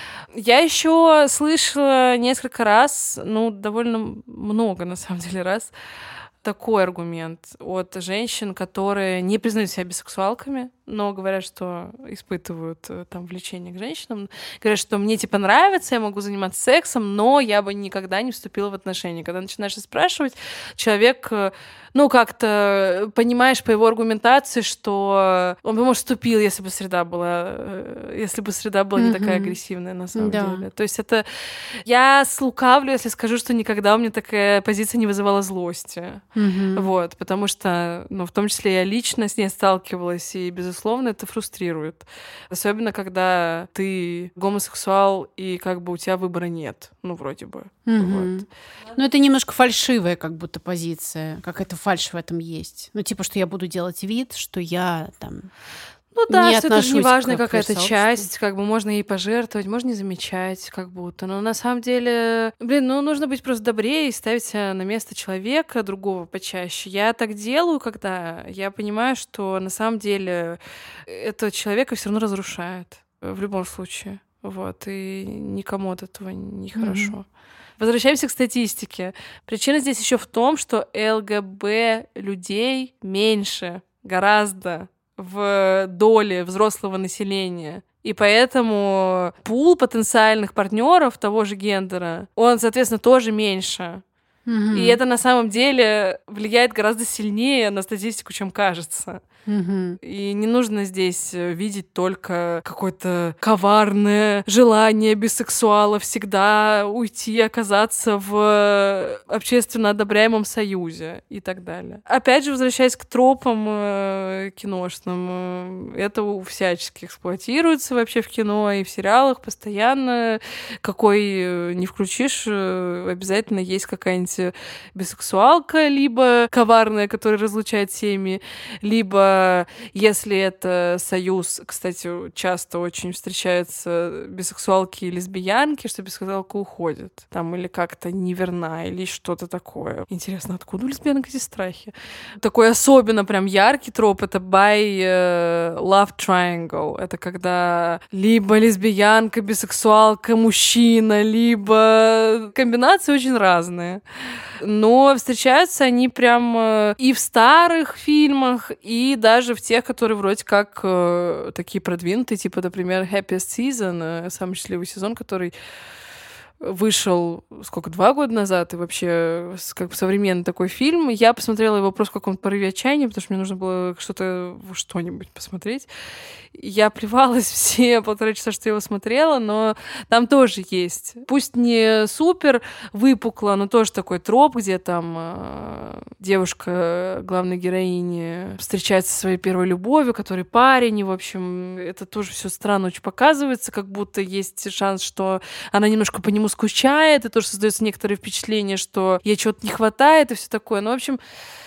Я еще слышала несколько раз, ну, довольно много, на самом деле, раз, такой аргумент от женщин, которые не признают себя бисексуалками, но говорят, что испытывают там влечение к женщинам. Говорят, что мне типа нравится, я могу заниматься сексом, но я бы никогда не вступила в отношения. Когда начинаешь спрашивать, человек, ну, как-то понимаешь по его аргументации, что он бы, может, вступил, если бы среда была, если бы среда была не такая агрессивная, на самом да. деле. То есть это... Я слукавлю, если скажу, что никогда у меня такая позиция не вызывала злости. Mm-hmm. Вот, потому что, ну, в том числе я лично с ней сталкивалась, и, безусловно, это фрустрирует. Особенно, когда ты гомосексуал, и как бы у тебя выбора нет. Ну, вроде бы. Mm-hmm. Вот. Ну, это немножко фальшивая как будто позиция. Какая-то фальшь в этом есть. Ну, типа, что я буду делать вид, что я там... Ну да, не что это же неважная какая-то часть, как бы можно ей пожертвовать, можно не замечать, как будто. Но на самом деле, блин, ну нужно быть просто добрее и ставить себя на место человека другого почаще. Я так делаю, когда я понимаю, что на самом деле это человека все равно разрушает в любом случае. Вот, и никому от этого не хорошо. Mm-hmm. Возвращаемся к статистике. Причина здесь еще в том, что ЛГБ людей меньше, гораздо, в доле взрослого населения. И поэтому пул потенциальных партнеров того же гендера, он, соответственно, тоже меньше. Mm-hmm. И это на самом деле влияет гораздо сильнее на статистику, чем кажется. Mm-hmm. И не нужно здесь видеть только какое-то коварное желание бисексуала всегда уйти, оказаться в общественно одобряемом союзе и так далее. Опять же, возвращаясь к тропам э, киношным, э, это всячески эксплуатируется вообще в кино и в сериалах постоянно. Какой не включишь, обязательно есть какая-нибудь бисексуалка, либо коварная, которая разлучает семьи, либо если это союз, кстати, часто очень встречаются бисексуалки и лесбиянки, что бисексуалка уходит. Там или как-то неверна, или что-то такое. Интересно, откуда у лесбиянок эти страхи? Такой особенно прям яркий троп — это bi uh, love triangle. Это когда либо лесбиянка, бисексуалка, мужчина, либо комбинации очень разные. Но встречаются они прям и в старых фильмах, и даже в тех, которые вроде как э, такие продвинутые, типа, например, Happiest Season, э, самый счастливый сезон, который вышел, сколько, два года назад, и вообще как бы современный такой фильм. Я посмотрела его просто в каком-то порыве отчаяния, потому что мне нужно было что-то, что-нибудь посмотреть. Я плевалась все полтора часа, что я его смотрела, но там тоже есть. Пусть не супер выпукло, но тоже такой троп, где там э, девушка главной героини встречается со своей первой любовью, который парень, и, в общем, это тоже все странно очень показывается, как будто есть шанс, что она немножко по нему скучает, и тоже создается некоторое впечатление, что ей чего-то не хватает, и все такое. Ну, в общем,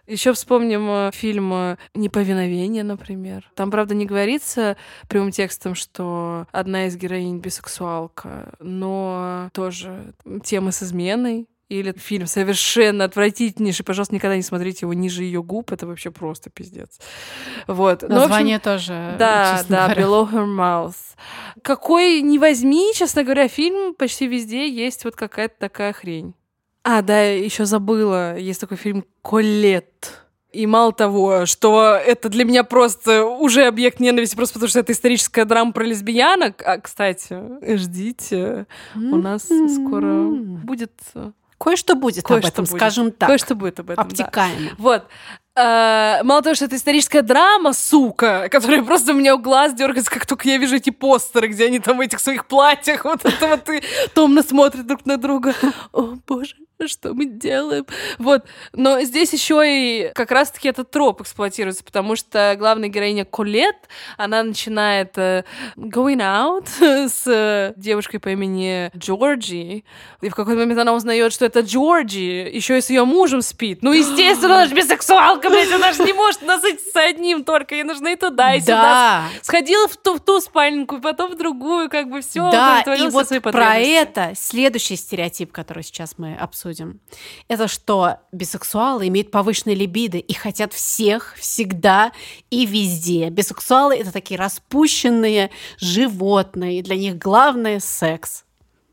Еще вспомним фильм «Неповиновение», например. Там, правда, не говорится прямым текстом, что одна из героинь бисексуалка, но тоже темы с изменой. Или фильм совершенно отвратительнейший. Пожалуйста, никогда не смотрите его ниже ее губ. Это вообще просто пиздец. Вот. Название Но, в общем, тоже, да, честно да, говоря. Below Her Mouth. Какой ни возьми, честно говоря, фильм, почти везде есть вот какая-то такая хрень. А, да, еще забыла. Есть такой фильм «Колетт». И мало того, что это для меня просто уже объект ненависти, просто потому что это историческая драма про лесбиянок. А, кстати, ждите, у нас скоро будет... Кое-что будет Кое-что об этом, будет. скажем так. Кое-что будет об этом, обтекаемо. Да. Вот. А, мало того, что это историческая драма, сука, которая просто у меня у глаз дергается, как только я вижу эти постеры, где они там в этих своих платьях вот это вот и томно смотрят друг на друга. О, боже, что мы делаем? Вот. Но здесь еще и как раз-таки этот троп эксплуатируется, потому что главная героиня Колетт, она начинает uh, going out с девушкой по имени Джорджи, и в какой-то момент она узнает, что это Джорджи еще и с ее мужем спит. Ну, естественно, она же бисексуалка, блядь, она же не может насытиться одним только, ей нужно и туда, и сюда. Сходила в ту, в ту спальню, потом в другую, как бы все. Да, и вот про это следующий стереотип, который сейчас мы обсудим. Это что бисексуалы имеют повышенное либидо и хотят всех, всегда и везде. Бисексуалы — это такие распущенные животные, и для них главное — секс.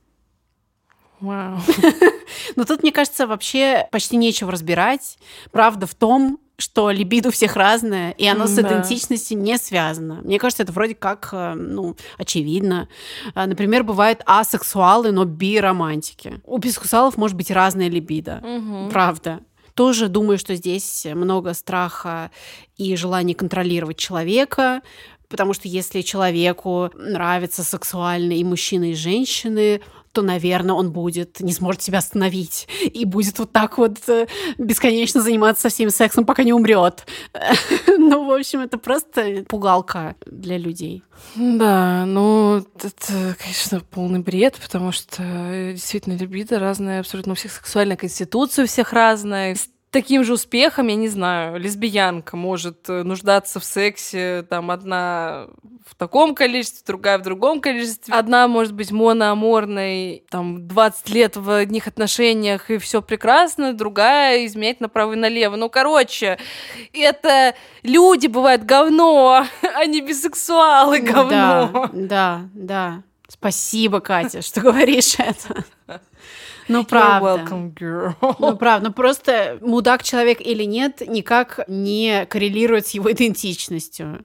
Вау. Но тут, мне кажется, вообще почти нечего разбирать. Правда в том, что либидо у всех разное, и оно с Да. идентичностью не связано. Мне кажется, это вроде как, ну, очевидно. Например, бывают асексуалы, но биромантики. У бисексуалов может быть разная либидо. Угу. Правда. Тоже думаю, что здесь много страха и желания контролировать человека, потому что если человеку нравятся сексуально и мужчины, и женщины, то, наверное, он будет, не сможет себя остановить и будет вот так вот бесконечно заниматься со всем сексом, пока не умрет. Ну, в общем, это просто пугалка для людей. Да, ну, это, конечно, полный бред, потому что действительно либидо разное абсолютно у всех, сексуальная конституция у всех разная. С таким же успехом, я не знаю, лесбиянка может нуждаться в сексе, там, одна в таком количестве, другая в другом количестве. Одна может быть моноаморной, там, двадцать лет в одних отношениях, и все прекрасно, другая изменять направо и налево. Ну, короче, это люди бывают говно, а не бисексуалы говно. Да, да, да. Спасибо, Катя, что говоришь это. Ну, правда. You're welcome, girl. Ну, правда. Ну, просто мудак человек или нет никак не коррелирует с его идентичностью.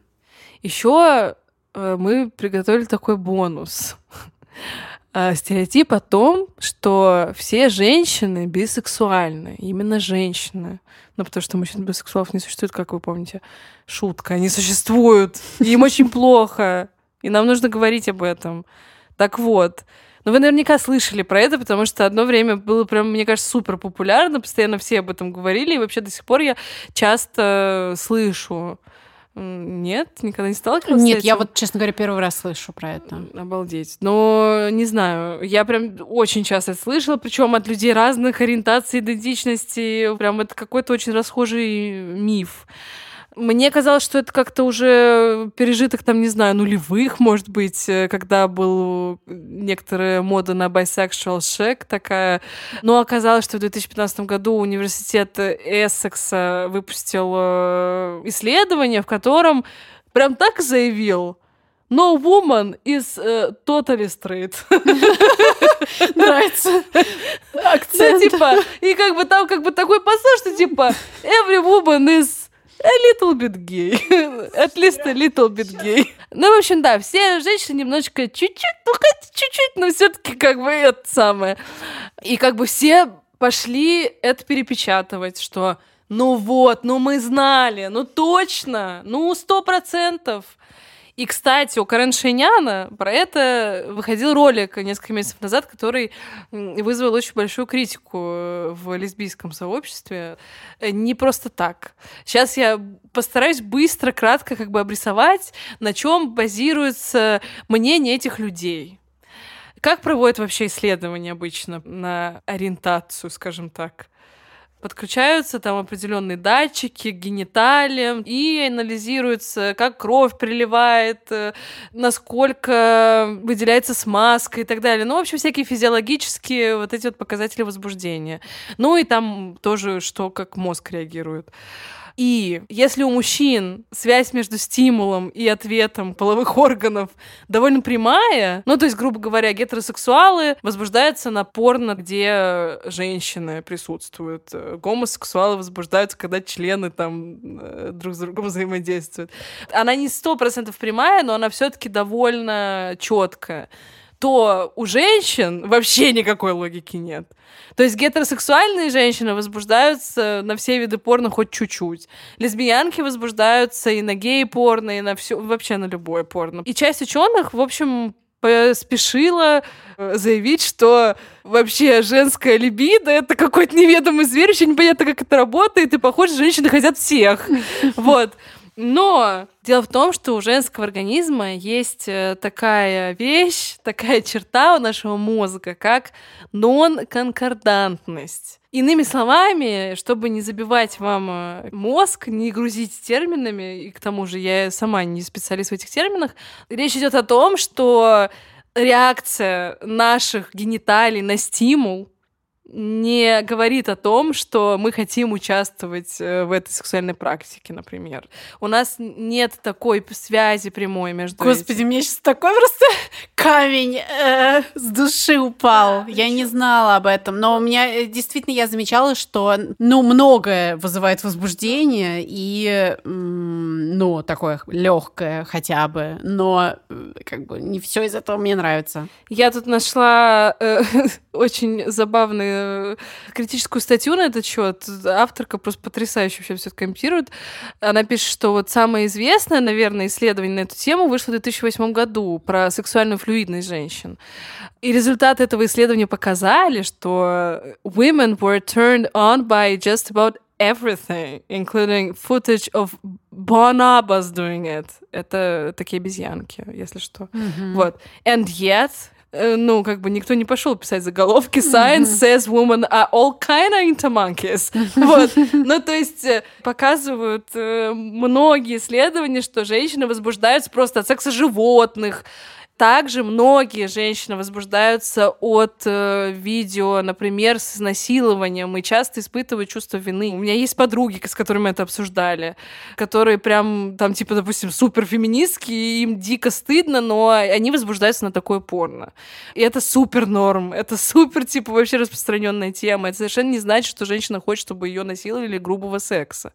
Еще э, мы приготовили такой бонус. Э, стереотип о том, что все женщины бисексуальны. Именно женщины. Ну, потому что мужчин бисексуалов не существует, как вы помните. Шутка. Они существуют. И им очень плохо. И нам нужно говорить об этом. Так вот. Но вы наверняка слышали про это, потому что одно время было прям, мне кажется, супер популярно, постоянно все об этом говорили, и вообще до сих пор я часто слышу. Нет? Никогда не сталкивалась Нет, с этим? я вот, честно говоря, первый раз слышу про это. Обалдеть. Но не знаю, я прям очень часто это слышала, причем от людей разных ориентаций, идентичностей. Прям это какой-то очень расхожий миф. Мне казалось, что это как-то уже пережиток, там, не знаю, нулевых, может быть, когда был некоторая мода на bisexual shag такая. Но оказалось, что в две тысячи пятнадцатом году университет Эссекса выпустил исследование, в котором прям так заявил: No woman is uh, totally straight. Нравится акцент. Да, типа, и как бы там как бы такой посыл, что типа every woman is a little bit gay. At least a little bit gay. Ну, в общем, да, все женщины немножечко чуть-чуть, ну, хоть чуть-чуть, но все-таки как бы это самое. И как бы все пошли это перепечатывать, что ну вот, ну мы знали, ну точно, ну сто процентов. И, кстати, у Карен Шейняна про это выходил ролик несколько месяцев назад, который вызвал очень большую критику в лесбийском сообществе. Не просто так. Сейчас я постараюсь быстро, кратко как бы обрисовать, на чем базируется мнение этих людей. Как проводят вообще исследования обычно на ориентацию, скажем так? Подключаются там определенные датчики к гениталиям и анализируется, как кровь приливает, насколько выделяется смазка и так далее. Ну, в общем, всякие физиологические вот эти вот показатели возбуждения. Ну и там тоже, что как мозг реагирует. И если у мужчин связь между стимулом и ответом половых органов довольно прямая, ну, то есть, грубо говоря, гетеросексуалы возбуждаются на порно, где женщины присутствуют. Гомосексуалы возбуждаются, когда члены там друг с другом взаимодействуют. Она не сто процентов прямая, но она все-таки довольно четкая. То у женщин вообще никакой логики нет. То есть гетеросексуальные женщины возбуждаются на все виды порно хоть чуть-чуть. Лесбиянки возбуждаются и на гей-порно, и на все, вообще на любое порно. И часть ученых, в общем, поспешила заявить, что вообще женская либидо — это какой-то неведомый зверь, еще непонятно, как это работает, и, похоже, женщины хотят всех. Вот. Но дело в том, что у женского организма есть такая вещь, такая черта у нашего мозга, как нон-конкордантность. Иными словами, чтобы не забивать вам мозг, не грузить терминами, и к тому же я сама не специалист в этих терминах, речь идет о том, что реакция наших гениталий на стимул не говорит о том, что мы хотим участвовать в этой сексуальной практике, например. У нас нет такой связи прямой между Господи, этим. мне сейчас такой просто камень э, с души упал. Я не знала об этом, но у меня действительно я замечала, что ну многое вызывает возбуждение и м, ну такое легкое хотя бы, но как бы не все из этого мне нравится. Я тут нашла э, очень забавный критическую статью на этот счет. Авторка просто потрясающе вообще все это комментирует. Она пишет, что вот самое известное, наверное, исследование на эту тему вышло в две тысячи восьмом году про сексуальную флюидность женщин. И результаты этого исследования показали, что women were turned on by just about everything, including footage of bonobos doing it. Это такие обезьянки, если что. Mm-hmm. Вот. And yet... Ну, как бы никто не пошел писать заголовки «Science says women are all kinda into monkeys». Вот. Ну, то есть показывают многие исследования, что женщины возбуждаются просто от секса животных. Также многие женщины возбуждаются от э, видео, например, с изнасилованием, и часто испытывают чувство вины. У меня есть подруги, с которыми это обсуждали, которые прям там, типа, допустим, суперфеминистки, им дико стыдно, но они возбуждаются на такое порно. И это супер норм, это супер, типа, вообще распространенная тема. Это совершенно не значит, что женщина хочет, чтобы ее насиловали или грубого секса.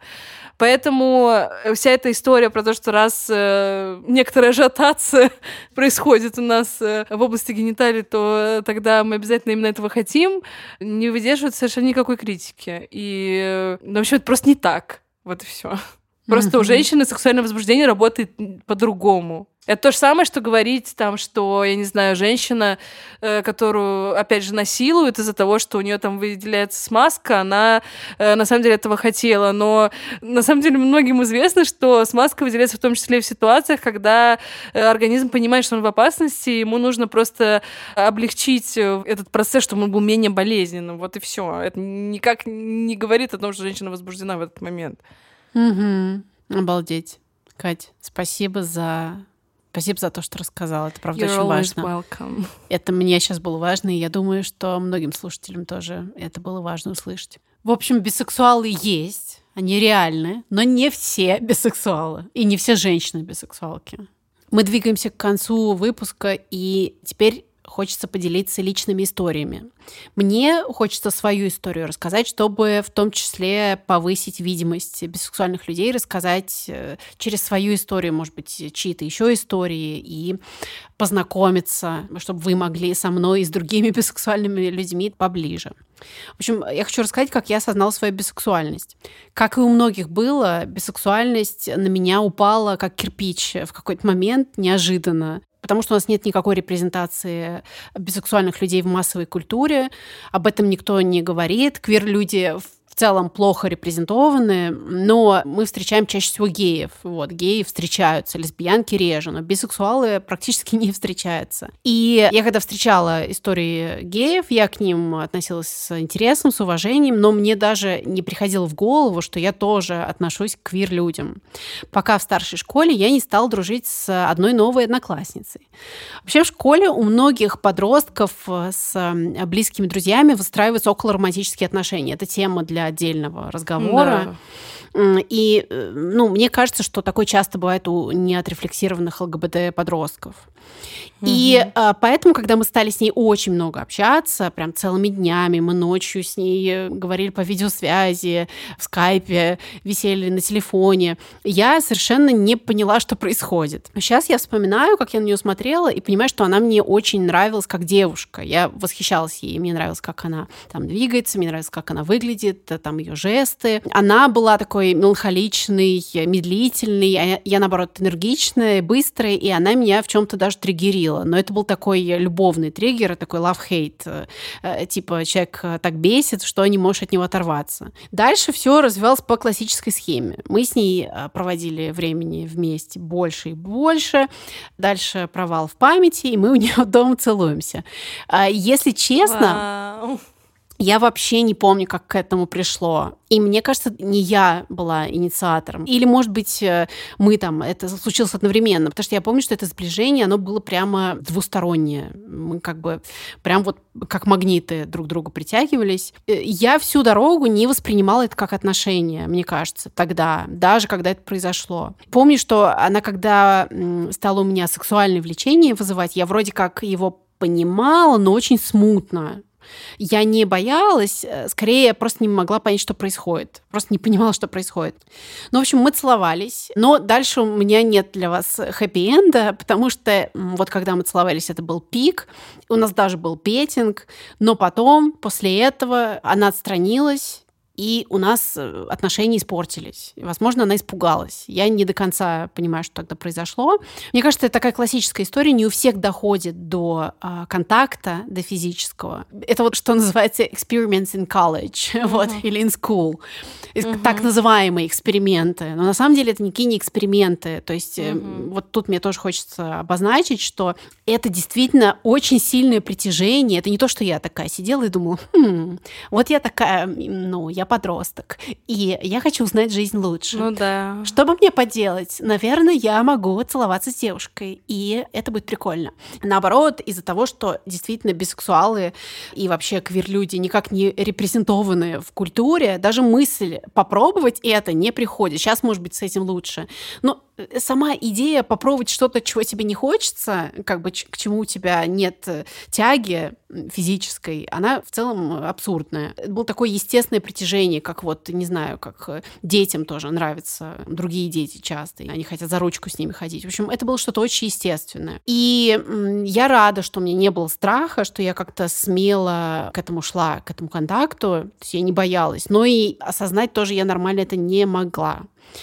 Поэтому вся эта история про то, что раз э, некоторая ажиотация происходит у нас в области гениталий, то тогда мы обязательно именно этого хотим, не выдерживает совершенно никакой критики. И, ну, в общем, это просто не так. Вот и все. Просто mm-hmm. у женщины сексуальное возбуждение работает по-другому. Это то же самое, что говорить, там, что, я не знаю, женщина, э, которую, опять же, насилуют из-за того, что у нее там выделяется смазка, она э, на самом деле этого хотела. Но на самом деле многим известно, что смазка выделяется в том числе и в ситуациях, когда э, организм понимает, что он в опасности, ему нужно просто облегчить этот процесс, чтобы он был менее болезненным. Вот и все. Это никак не говорит о том, что женщина возбуждена в этот момент. Угу. Обалдеть. Кать, спасибо за... Спасибо за то, что рассказала. Это, правда, You're очень важно. Welcome. Это мне сейчас было важно, и я думаю, что многим слушателям тоже это было важно услышать. В общем, бисексуалы есть, они реальны, но не все бисексуалы, и не все женщины бисексуалки. Мы двигаемся к концу выпуска, и теперь хочется поделиться личными историями. Мне хочется свою историю рассказать, чтобы в том числе повысить видимость бисексуальных людей, рассказать через свою историю, может быть, чьи-то еще истории, и познакомиться, чтобы вы могли со мной и с другими бисексуальными людьми поближе. В общем, я хочу рассказать, как я осознала свою бисексуальность. Как и у многих было, бисексуальность на меня упала как кирпич в какой-то момент неожиданно. Потому что у нас нет никакой репрезентации бисексуальных людей в массовой культуре. Об этом никто не говорит. Квир-люди в целом плохо репрезентованы, но мы встречаем чаще всего геев. Вот, геи встречаются, лесбиянки реже, но бисексуалы практически не встречаются. И я когда встречала истории геев, я к ним относилась с интересом, с уважением, но мне даже не приходило в голову, что я тоже отношусь к квир-людям. Пока в старшей школе я не стала дружить с одной новой одноклассницей. Вообще в школе у многих подростков с близкими друзьями выстраиваются околоромантические отношения. Это тема для отдельного разговора. Да. И, ну, мне кажется, что такое часто бывает у неотрефлексированных ЛГБТ-подростков. Угу. И а, поэтому, когда мы стали с ней очень много общаться, прям целыми днями, мы ночью с ней говорили по видеосвязи, в скайпе, висели на телефоне, я совершенно не поняла, что происходит. Сейчас я вспоминаю, как я на нее смотрела, и понимаю, что она мне очень нравилась как девушка. Я восхищалась ей, мне нравилось, как она там двигается, мне нравилось, как она выглядит, там ее жесты. Она была такой меланхоличной, медлительной, а я, я наоборот, энергичная, быстрая, и она меня в чем-то даже триггерила. Но это был такой любовный триггер, такой love-hate. Типа человек так бесит, что не можешь от него оторваться. Дальше все развивалось по классической схеме. Мы с ней проводили времени вместе больше и больше. Дальше провал в памяти, и мы у нее дома целуемся. Если честно... Wow. Я вообще не помню, как к этому пришло. И мне кажется, не я была инициатором. Или, может быть, мы там, это случилось одновременно. Потому что я помню, что это сближение, оно было прямо двустороннее. Мы как бы прям вот как магниты друг к другу притягивались. Я всю дорогу не воспринимала это как отношения, мне кажется, тогда, даже когда это произошло. Помню, что она, когда стала у меня сексуальное влечение вызывать, я вроде как его понимала, но очень смутно. Я не боялась, скорее, я просто не могла понять, что происходит. Просто не понимала, что происходит. Ну, в общем, мы целовались, но дальше у меня нет для вас хэппи-энда, потому что вот когда мы целовались, это был пик, у нас даже был петинг, но потом, после этого, она отстранилась, и у нас отношения испортились. Возможно, она испугалась. Я не до конца понимаю, что тогда произошло. Мне кажется, это такая классическая история. Не у всех доходит до а, контакта, до физического. Это вот что называется experiments in college uh-huh. вот, или in school. Uh-huh. Так называемые эксперименты. Но на самом деле это никакие не эксперименты. То есть uh-huh. вот тут мне тоже хочется обозначить, что это действительно очень сильное притяжение. Это не то, что я такая сидела и думала, хм, вот я такая, ну, я подросток, и я хочу узнать жизнь лучше. Ну да. Что бы мне поделать? Наверное, я могу целоваться с девушкой, и это будет прикольно. Наоборот, из-за того, что действительно бисексуалы и вообще квир-люди никак не репрезентованы в культуре, даже мысль попробовать это не приходит. Сейчас, может быть, с этим лучше. Но сама идея попробовать что-то, чего тебе не хочется, как бы к чему у тебя нет тяги физической, она в целом абсурдная. Это было такое естественное притяжение, как вот, не знаю, как детям тоже нравятся другие дети часто, они хотят за ручку с ними ходить. В общем, это было что-то очень естественное. И я рада, что у меня не было страха, что я как-то смело к этому шла, к этому контакту, то есть я не боялась, но и осознать тоже я нормально это не могла.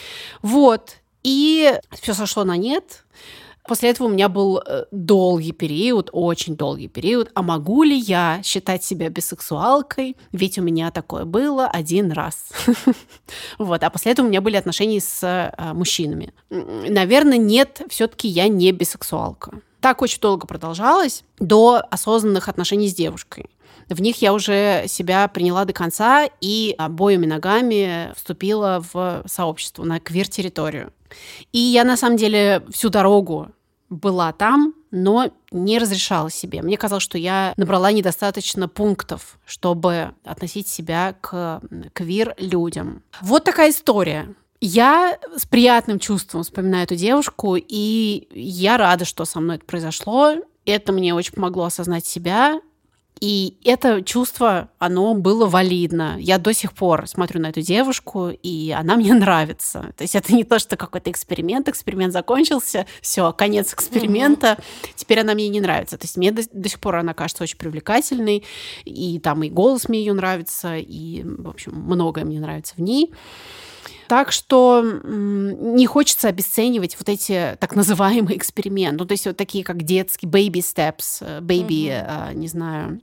Вот. И все сошло на нет. После этого у меня был долгий период, очень долгий период. А могу ли я считать себя бисексуалкой? Ведь у меня такое было один раз. Вот. А после этого у меня были отношения с мужчинами. Наверное, нет, все-таки я не бисексуалка. Так очень долго продолжалось до осознанных отношений с девушкой. В них я уже себя приняла до конца и обоими ногами вступила в сообщество, на квир-территорию. И я, на самом деле, всю дорогу была там, но не разрешала себе. Мне казалось, что я набрала недостаточно пунктов, чтобы относить себя к квир-людям. Вот такая история. Я с приятным чувством вспоминаю эту девушку, и я рада, что со мной это произошло. Это мне очень помогло осознать себя. И это чувство, оно было валидно. Я до сих пор смотрю на эту девушку, и она мне нравится. То есть это не то, что какой-то эксперимент, эксперимент закончился, все, конец эксперимента, mm-hmm. теперь она мне не нравится. То есть мне до, до сих пор она кажется очень привлекательной, и там и голос мне ее нравится, и, в общем, многое мне нравится в ней. Так что не хочется обесценивать вот эти так называемые эксперименты. Ну, то есть вот такие, как детские baby steps, baby, uh-huh. не знаю,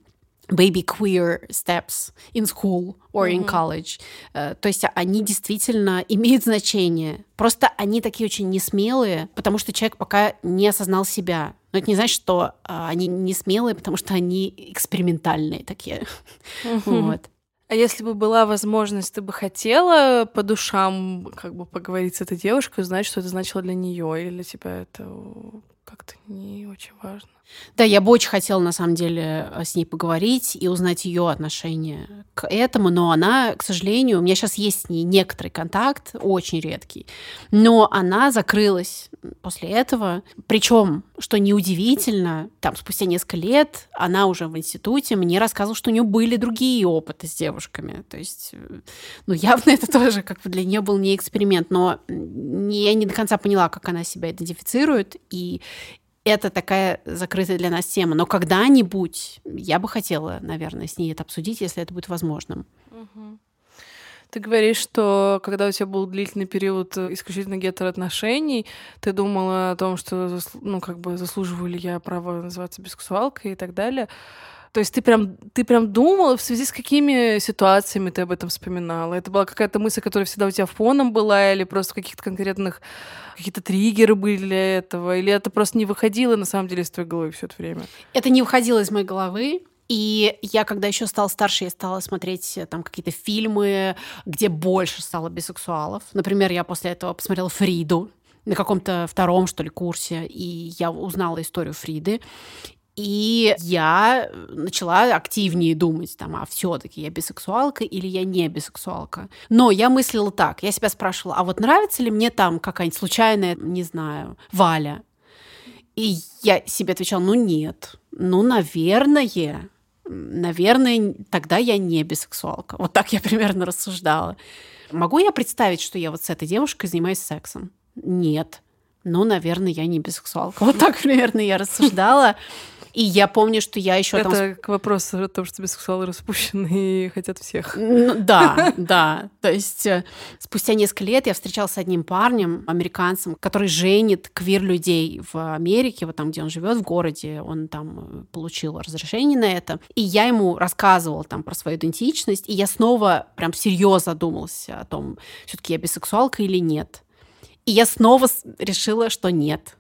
baby queer steps in school or in college. Uh, то есть они действительно имеют значение. Просто они такие очень несмелые, потому что человек пока не осознал себя. Но это не значит, что uh, они не смелые, потому что они экспериментальные такие. Вот. А если бы была возможность, ты бы хотела по душам как бы поговорить с этой девушкой, узнать, что это значило для нее, или для тебя это как-то не очень важно? Да, я бы очень хотела, на самом деле, с ней поговорить и узнать ее отношение к этому, но она, к сожалению, у меня сейчас есть с ней некоторый контакт, очень редкий, но она закрылась после этого. Причем, что неудивительно, там, спустя несколько лет она уже в институте мне рассказывала, что у нее были другие опыты с девушками. То есть, ну, явно это тоже как бы для нее был не эксперимент, но я не до конца поняла, как она себя идентифицирует, и это такая закрытая для нас тема. Но когда-нибудь я бы хотела, наверное, с ней это обсудить, если это будет возможным. Угу. Ты говоришь, что когда у тебя был длительный период исключительно гетероотношений, ты думала о том, что, ну, как бы заслуживаю ли я право называться бисексуалкой и так далее. То есть ты прям, ты прям думала, в связи с какими ситуациями ты об этом вспоминала? Это была какая-то мысль, которая всегда у тебя фоном была, или просто в каких-то конкретных какие-то триггеры были для этого? Или это просто не выходило на самом деле из твоей головы все это время? Это не выходило из моей головы. И я, когда еще стала старше, я стала смотреть там какие-то фильмы, где больше стало бисексуалов. Например, я после этого посмотрела «Фриду» на каком-то втором, что ли, курсе, и я узнала историю Фриды. И я начала активнее думать, там, а все-таки я бисексуалка или я не бисексуалка. Но я мыслила так, я себя спрашивала, а вот нравится ли мне там какая-нибудь случайная, не знаю, Валя? И я себе отвечала, ну нет, ну, наверное, наверное, тогда я не бисексуалка. Вот так я примерно рассуждала. Могу я представить, что я вот с этой девушкой занимаюсь сексом? Нет. Ну, наверное, я не бисексуалка. Вот так примерно я рассуждала. И я помню, что я еще там... Это к вопросу о том, что бисексуалы распущены и хотят всех. Ну, да, да. То есть спустя несколько лет я встречалась с одним парнем, американцем, который женит квир-людей в Америке, вот там, где он живет, в городе. Он там получил разрешение на это. И я ему рассказывала там про свою идентичность, и я снова прям серьезно задумалась о том, все-таки я бисексуалка или нет. И я снова решила, что нет.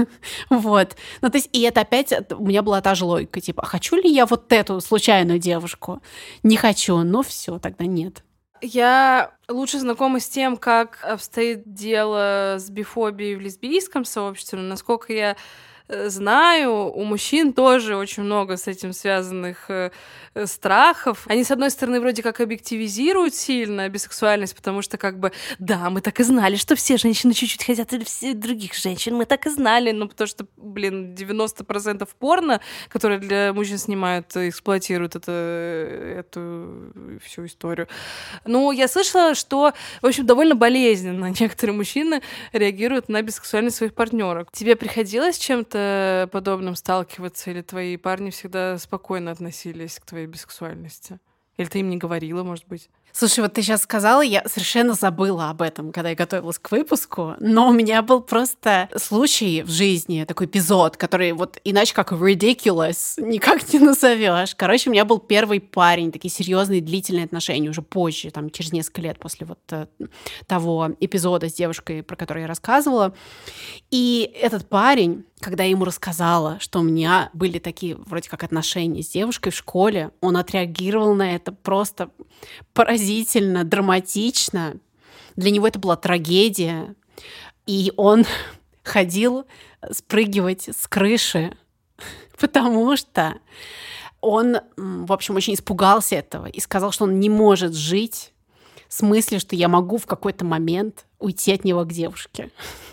Вот. Ну, то есть, и это опять у меня была та же логика, типа, хочу ли я вот эту случайную девушку? Не хочу, ну все, тогда нет. Я лучше знакома с тем, как обстоит дело с бифобией в лесбийском сообществе. Насколько я знаю, у мужчин тоже очень много с этим связанных э, страхов. Они, с одной стороны, вроде как объективизируют сильно бисексуальность, потому что как бы, да, мы так и знали, что все женщины чуть-чуть хотят все других женщин, мы так и знали, ну, потому что, блин, девяносто процентов порно, которое для мужчин снимают, эксплуатируют это, эту всю историю. Ну, я слышала, что, в общем, довольно болезненно некоторые мужчины реагируют на бисексуальность своих партнеров. Тебе приходилось чем-то подобным сталкиваться, или твои парни всегда спокойно относились к твоей бисексуальности? Или ты им не говорила, может быть? Слушай, вот ты сейчас сказала, я совершенно забыла об этом, когда я готовилась к выпуску, но у меня был просто случай в жизни, такой эпизод, который вот иначе как ridiculous никак не назовешь. Короче, у меня был первый парень, такие серьезные длительные отношения, уже позже, там, через несколько лет после вот того эпизода с девушкой, про которую я рассказывала. И этот парень, когда я ему рассказала, что у меня были такие вроде как отношения с девушкой в школе, он отреагировал на это просто поразительно, драматично. Для него это была трагедия. И он ходил спрыгивать с крыши, потому что он, в общем, очень испугался этого и сказал, что он не может жить с мыслью, что я могу в какой-то момент уйти от него к девушке.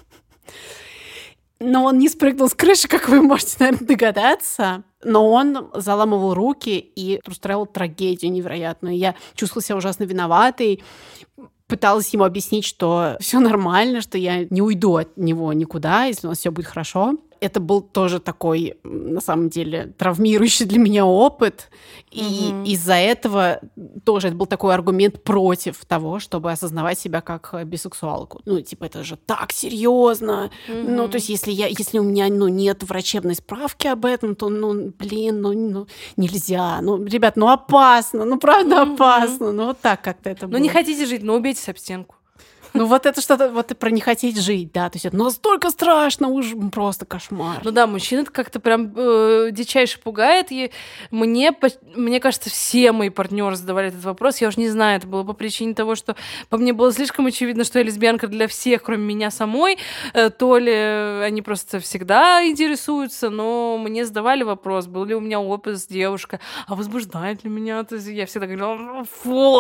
Но он не спрыгнул с крыши, как вы можете, наверное, догадаться. Но он заламывал руки и устраивал трагедию невероятную. Я чувствовала себя ужасно виноватой. Пыталась ему объяснить, что все нормально, что я не уйду от него никуда, если у нас все будет хорошо. Это был тоже такой, на самом деле, травмирующий для меня опыт. И mm-hmm. из-за этого тоже это был такой аргумент против того, чтобы осознавать себя как бисексуалку. Ну, типа, это же так серьезно. Mm-hmm. Ну, то есть, если, я, если у меня ну, нет врачебной справки об этом, то, ну, блин, ну, ну нельзя. Ну, ребят, ну, опасно. Ну, правда, mm-hmm. опасно. Ну, вот так как-то это ну, было. Ну, не хотите жить, ну, убейтесь об стенку. Ну, вот это что-то, вот и про не хотеть жить, да, то есть это настолько страшно, уж просто кошмар. Ну да, мужчин это как-то прям э, дичайше пугает, и мне, мне кажется, все мои партнеры задавали этот вопрос, я уж не знаю, это было по причине того, что по мне было слишком очевидно, что я лесбиянка для всех, кроме меня самой, э, то ли они просто всегда интересуются, но мне задавали вопрос, был ли у меня опыт с девушкой, а возбуждает ли меня, то есть я всегда говорила, фу,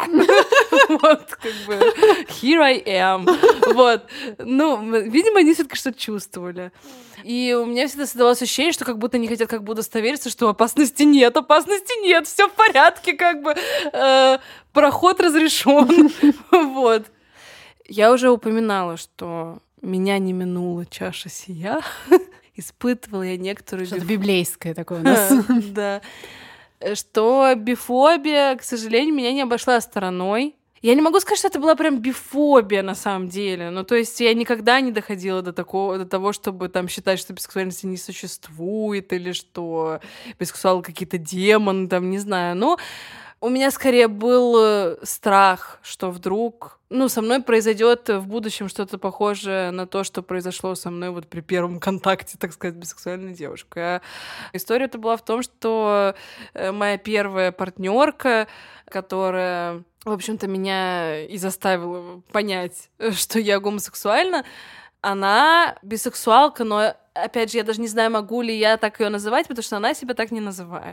вот, как бы, here I am. Вот. Ну, видимо, они все-таки что-то чувствовали. И у меня всегда создавалось ощущение, что как будто они хотят как бы удостовериться, что опасности нет, опасности нет, все в порядке, как бы э, проход разрешен. Вот. Я уже упоминала, что меня не минула чаша сия. Испытывала я некоторую... Что-то библейское такое у нас. Да. Что бифобия, к сожалению, меня не обошла стороной. Я не могу сказать, что это была прям бифобия на самом деле. Ну, то есть я никогда не доходила до такого, до того, чтобы там считать, что бисексуальности не существует, или что бисексуалы какие-то демоны, там, не знаю. Но у меня скорее был страх, что вдруг, ну, со мной произойдет в будущем что-то похожее на то, что произошло со мной вот при первом контакте, так сказать, с бисексуальной девушкой. А история-то была в том, что моя первая партнерка, которая, в общем-то, меня и заставила понять, что я гомосексуальна, она бисексуалка, но, опять же, я даже не знаю, могу ли я так ее называть, потому что она себя так не называет.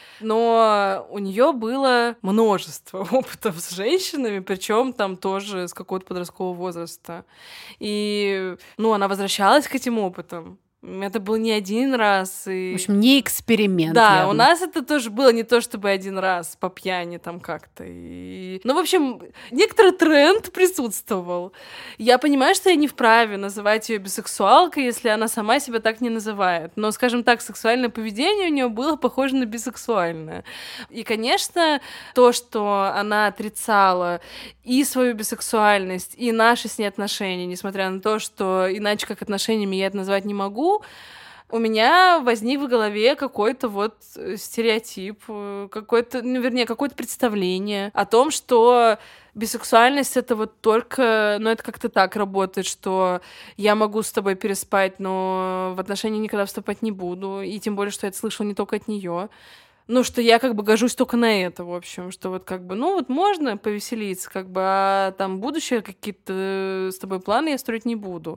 Но у нее было множество опытов с женщинами, причем там тоже с какого-то подросткового возраста. И, ну, она возвращалась к этим опытам. Это был не один раз. И... В общем, не эксперимент. Да, явно. У нас это тоже было не то, чтобы один раз по пьяни там как-то. И... Ну, в общем, некоторый тренд присутствовал. Я понимаю, что я не вправе называть ее бисексуалкой, если она сама себя так не называет. Но, скажем так, сексуальное поведение у нее было похоже на бисексуальное. И, конечно, то, что она отрицала и свою бисексуальность, и наши с ней отношения, несмотря на то, что иначе как отношениями я это назвать не могу, у меня возник в голове какой-то вот стереотип, какой-то, ну, вернее, какое-то представление о том, что бисексуальность — это вот только... Ну, это как-то так работает, что я могу с тобой переспать, но в отношения никогда вступать не буду, и тем более, что я это слышала не только от нее. Ну, что я как бы гожусь только на это, в общем, что вот как бы, ну, вот можно повеселиться, как бы, а там будущее какие-то с тобой планы я строить не буду.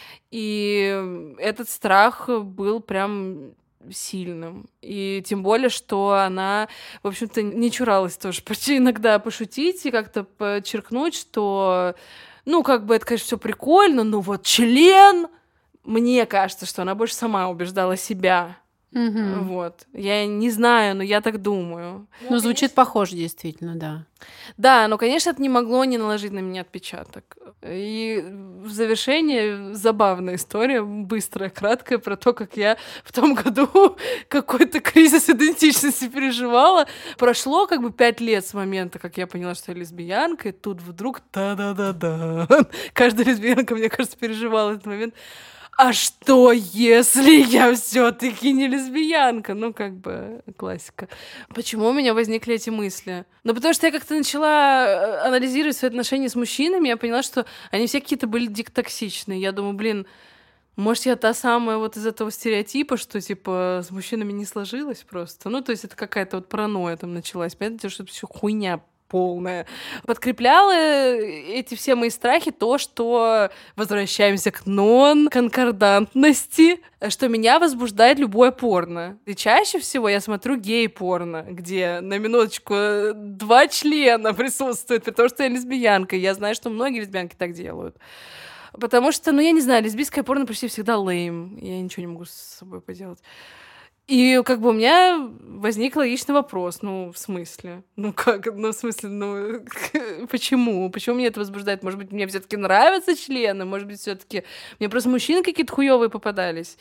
И этот страх был прям сильным. И тем более, что она, в общем-то, не чуралась тоже почти иногда пошутить и как-то подчеркнуть, что, ну, как бы это, конечно, все прикольно, но вот член, мне кажется, что она больше сама убеждала себя. Mm-hmm. Вот. Я не знаю, но я так думаю. Ну, ну звучит конечно... похоже, действительно, да. Да, но, конечно, это не могло не наложить на меня отпечаток. И в завершение забавная история, быстрая, краткая, про то, как я в том году какой-то кризис идентичности переживала. Прошло как бы пять лет с момента, как я поняла, что я лесбиянка, и тут вдруг та-да-да-да. Каждая лесбиянка, мне кажется, переживала этот момент. А что, если я все-таки не лесбиянка? Ну, как бы, классика. Почему у меня возникли эти мысли? Ну, потому что я как-то начала анализировать свои отношения с мужчинами, я поняла, что они все какие-то были дико токсичные. Я думаю, блин, может, я та самая вот из этого стереотипа, что, типа, с мужчинами не сложилось просто? Ну, то есть это какая-то вот паранойя там началась. Понимаете, что это все хуйня полная. Подкрепляла эти все мои страхи то, что возвращаемся к нон-конкордантности, что меня возбуждает любое порно. И чаще всего я смотрю гей-порно, где на минуточку два члена присутствуют, при том, что я лесбиянка. И я знаю, что многие лесбиянки так делают. Потому что, ну, я не знаю, лесбийское порно почти всегда лейм. Я ничего не могу с собой поделать. И как бы у меня возник логичный вопрос. Ну, в смысле? Ну, как? Ну, в смысле, ну, почему? Почему меня это возбуждает? Может быть, мне все-таки нравятся члены? Может быть, все-таки мне просто мужчины какие-то хуёвые попадались?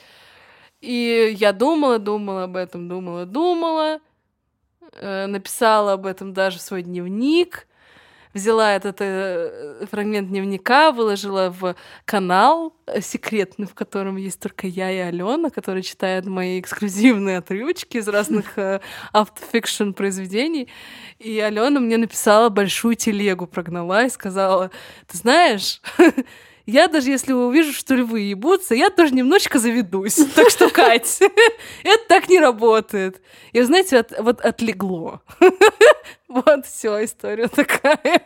И я думала, думала об этом, думала, думала. Э, написала об этом даже в свой дневник. Взяла этот э, фрагмент дневника, выложила в канал секретный, в котором есть только я и Алена, которая читает мои эксклюзивные отрывочки из разных э, автофикшн произведений. И Алена мне написала большую телегу, прогнала и сказала: ты знаешь, я даже если увижу, что львы ебутся, я тоже немножечко заведусь. Так что, Кать, это так не работает. И, знаете, от, вот отлегло. Вот все, история такая.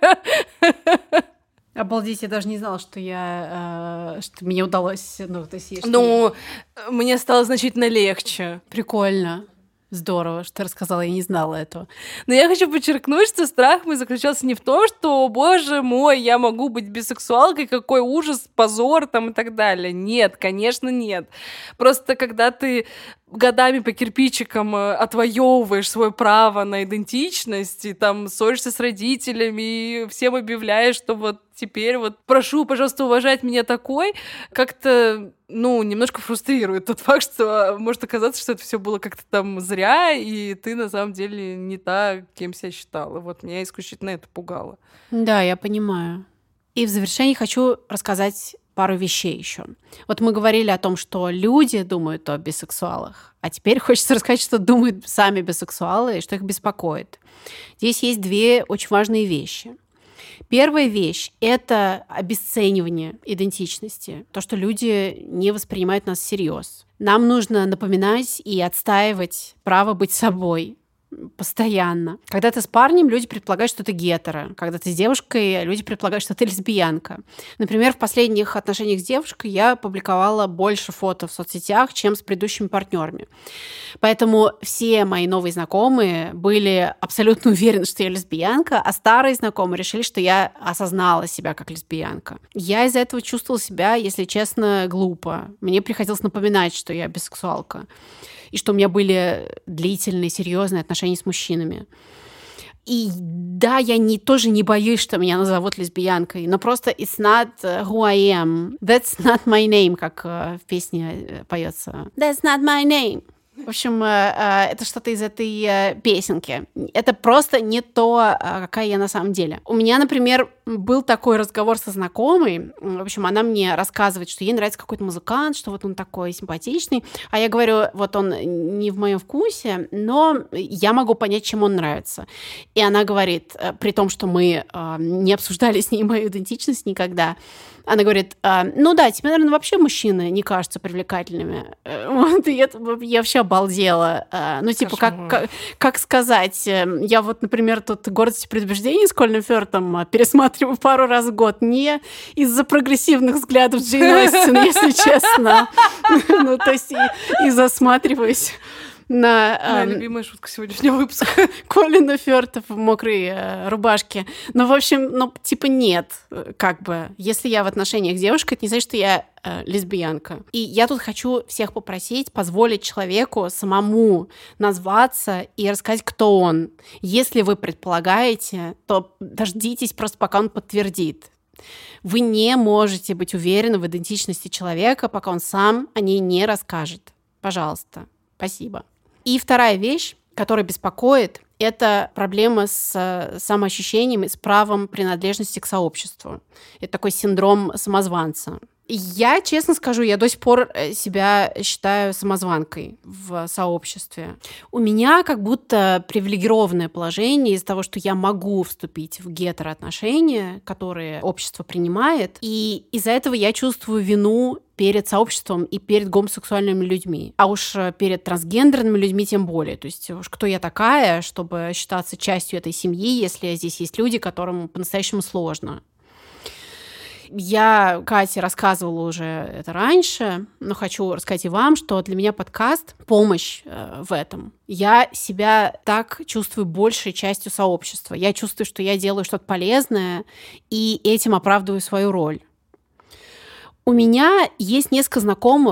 Обалдеть, я даже не знала, что я, э, что мне удалось, ну, то есть... Ну, мне стало значительно легче. Прикольно. Здорово, что ты рассказала, я не знала этого. Но я хочу подчеркнуть, что страх мой заключался не в том, что, боже мой, я могу быть бисексуалкой, какой ужас, позор там и так далее. Нет, конечно, нет. Просто когда ты годами по кирпичикам отвоевываешь свое право на идентичность, и там ссоришься с родителями, и всем объявляешь, что вот теперь вот прошу, пожалуйста, уважать меня такой, как-то, ну, немножко фрустрирует тот факт, что может оказаться, что это все было как-то там зря, и ты на самом деле не та, кем себя считала. Вот меня исключительно это пугало. Да, я понимаю. И в завершении хочу рассказать пару вещей еще. Вот мы говорили о том, что люди думают о бисексуалах, а теперь хочется рассказать, что думают сами бисексуалы и что их беспокоит. Здесь есть две очень важные вещи. Первая вещь — это обесценивание идентичности, то, что люди не воспринимают нас всерьез. Нам нужно напоминать и отстаивать право быть собой постоянно. Когда ты с парнем, люди предполагают, что ты гетеро. Когда ты с девушкой, люди предполагают, что ты лесбиянка. Например, в последних отношениях с девушкой я публиковала больше фото в соцсетях, чем с предыдущими партнерами. Поэтому все мои новые знакомые были абсолютно уверены, что я лесбиянка, а старые знакомые решили, что я осознала себя как лесбиянка. Я из-за этого чувствовала себя, если честно, глупо. Мне приходилось напоминать, что я бисексуалка, и что у меня были длительные, серьезные отношения с мужчинами. И да, я не, тоже не боюсь, что меня назовут лесбиянкой, но просто it's not who I am. That's not my name, как в песне поется. That's not my name. В общем, это что-то из этой песенки. Это просто не то, какая я на самом деле. У меня, например, был такой разговор со знакомой. В общем, она мне рассказывает, что ей нравится какой-то музыкант, что вот он такой симпатичный. А я говорю, вот он не в моем вкусе, но я могу понять, чем он нравится. И она говорит, при том, что мы не обсуждали с ней мою идентичность никогда, она говорит, ну да, тебе, наверное, вообще мужчины не кажутся привлекательными. Вот, и это, я вообще обалдела. Ну, типа, как, как, как сказать? Я вот, например, тут «Гордость и предубеждение» с Колином Фёртом пересматриваю пару раз в год. Не из-за прогрессивных взглядов Джейн Остин, если честно. Ну, то есть и, и засматриваюсь на... Моя эм, любимая шутка сегодняшнего выпуска. Колина Фёрта в мокрой э, рубашке. Ну, в общем, ну, типа нет, как бы. Если я в отношениях с девушкой, это не значит, что я э, лесбиянка. И я тут хочу всех попросить позволить человеку самому назваться и рассказать, кто он. Если вы предполагаете, то дождитесь просто, пока он подтвердит. Вы не можете быть уверены в идентичности человека, пока он сам о ней не расскажет. Пожалуйста. Спасибо. И вторая вещь, которая беспокоит, это проблема с самоощущением и с правом принадлежности к сообществу. Это такой синдром самозванца. Я, честно скажу, я до сих пор себя считаю самозванкой в сообществе. У меня как будто привилегированное положение из-за того, что я могу вступить в гетероотношения, которые общество принимает, и из-за этого я чувствую вину перед сообществом и перед гомосексуальными людьми. А уж перед трансгендерными людьми тем более. То есть уж кто я такая, чтобы считаться частью этой семьи, если здесь есть люди, которым по-настоящему сложно. Я Кате рассказывала уже это раньше, но хочу рассказать и вам, что для меня подкаст — помощь э, в этом. Я себя так чувствую большей частью сообщества. Я чувствую, что я делаю что-то полезное, и этим оправдываю свою роль. У меня есть несколько знакомых,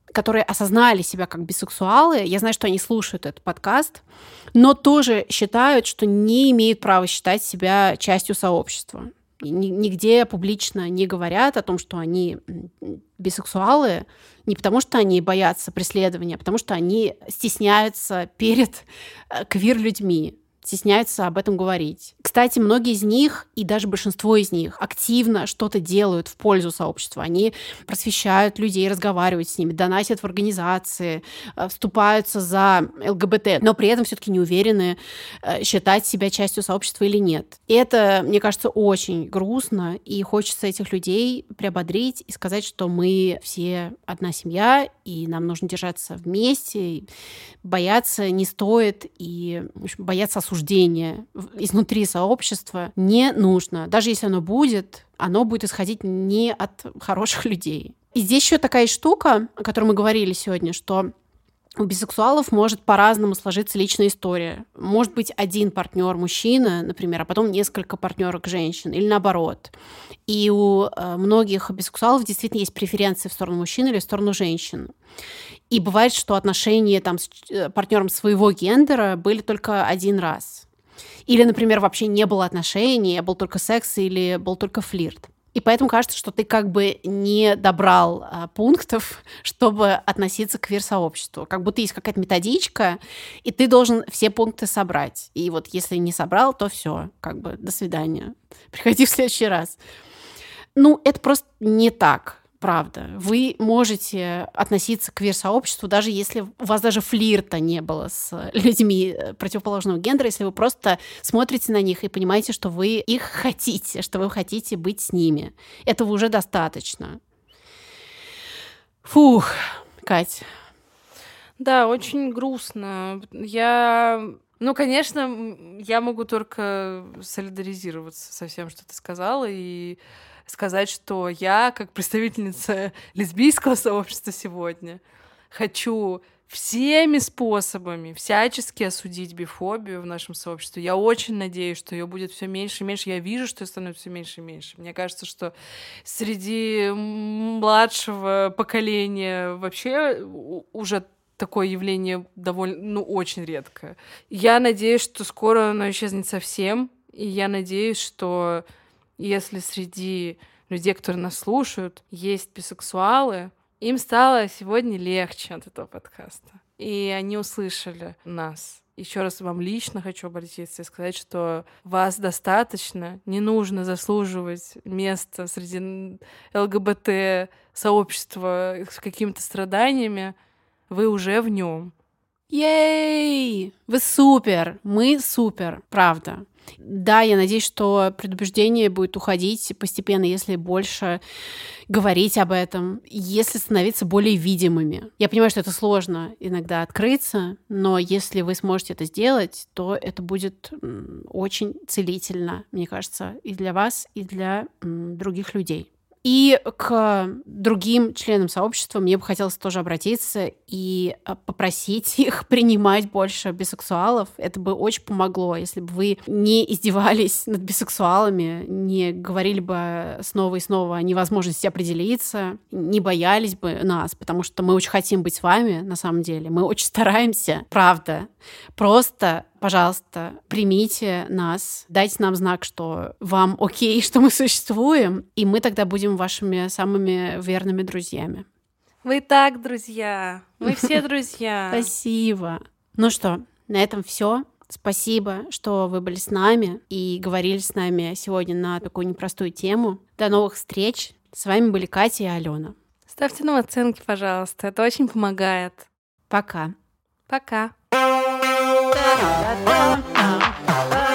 которые осознали себя как бисексуалы, я знаю, что они слушают этот подкаст, но тоже считают, что не имеют права считать себя частью сообщества. Нигде публично не говорят о том, что они бисексуалы, не потому что они боятся преследования, а потому что они стесняются перед квир-людьми, стесняются об этом говорить. Кстати, многие из них, и даже большинство из них, активно что-то делают в пользу сообщества. Они просвещают людей, разговаривают с ними, донатят в организации, вступаются за ЛГБТ, но при этом все-таки не уверены, считать себя частью сообщества или нет. И это, мне кажется, очень грустно, и хочется этих людей приободрить и сказать, что мы все одна семья, и нам нужно держаться вместе, и бояться не стоит, и в общем, бояться осуждения изнутри сообщества не нужно. Даже если оно будет, оно будет исходить не от хороших людей. И здесь еще такая штука, о которой мы говорили сегодня, что у бисексуалов может по-разному сложиться личная история. Может быть один партнер мужчина, например, а потом несколько партнерок женщин, или наоборот. И у э, многих бисексуалов действительно есть преференции в сторону мужчин или в сторону женщин. И бывает, что отношения там, с партнером своего гендера были только один раз. Или, например, вообще не было отношений, был только секс или был только флирт. И поэтому кажется, что ты как бы не добрал а, пунктов, чтобы относиться к квир-сообществу. Как будто есть какая-то методичка, и ты должен все пункты собрать. И вот если не собрал, то все, как бы до свидания. Приходи в следующий раз. Ну, это просто не так. Правда. Вы можете относиться к квир-сообществу, даже если у вас даже флирта не было с людьми противоположного гендера, если вы просто смотрите на них и понимаете, что вы их хотите, что вы хотите быть с ними. Этого уже достаточно. Фух, Кать. Да, очень грустно. Я... Ну, конечно, я могу только солидаризироваться со всем, что ты сказала, и сказать, что я, как представительница лесбийского сообщества сегодня, хочу всеми способами всячески осудить бифобию в нашем сообществе. Я очень надеюсь, что ее будет все меньше и меньше. Я вижу, что ее становится все меньше и меньше. Мне кажется, что среди младшего поколения вообще уже такое явление довольно, ну, очень редкое. Я надеюсь, что скоро оно исчезнет совсем, и я надеюсь, что если среди людей, которые нас слушают, есть бисексуалы, им стало сегодня легче от этого подкаста. И они услышали нас. Еще раз вам лично хочу обратиться и сказать, что вас достаточно, не нужно заслуживать место среди ЛГБТ-сообщества с какими-то страданиями. Вы уже в нем. Ей! Вы супер! Мы супер, правда. Да, я надеюсь, что предубеждение будет уходить постепенно, если больше говорить об этом, если становиться более видимыми. Я понимаю, что это сложно иногда открыться, но если вы сможете это сделать, то это будет очень целительно, мне кажется, и для вас, и для м, других людей. И к другим членам сообщества мне бы хотелось тоже обратиться и попросить их принимать больше бисексуалов. Это бы очень помогло, если бы вы не издевались над бисексуалами, не говорили бы снова и снова о невозможности определиться, не боялись бы нас, потому что мы очень хотим быть с вами, на самом деле. Мы очень стараемся, правда. Просто, пожалуйста, примите нас, дайте нам знак, что вам окей, что мы существуем, и мы тогда будем вашими самыми верными друзьями. Вы и так, друзья. Мы все друзья. Спасибо. Ну что, на этом все. Спасибо, что вы были с нами и говорили с нами сегодня на такую непростую тему. До новых встреч. С вами были Катя и Алена. Ставьте нам оценки, пожалуйста. Это очень помогает. Пока. Пока. Da da da da da.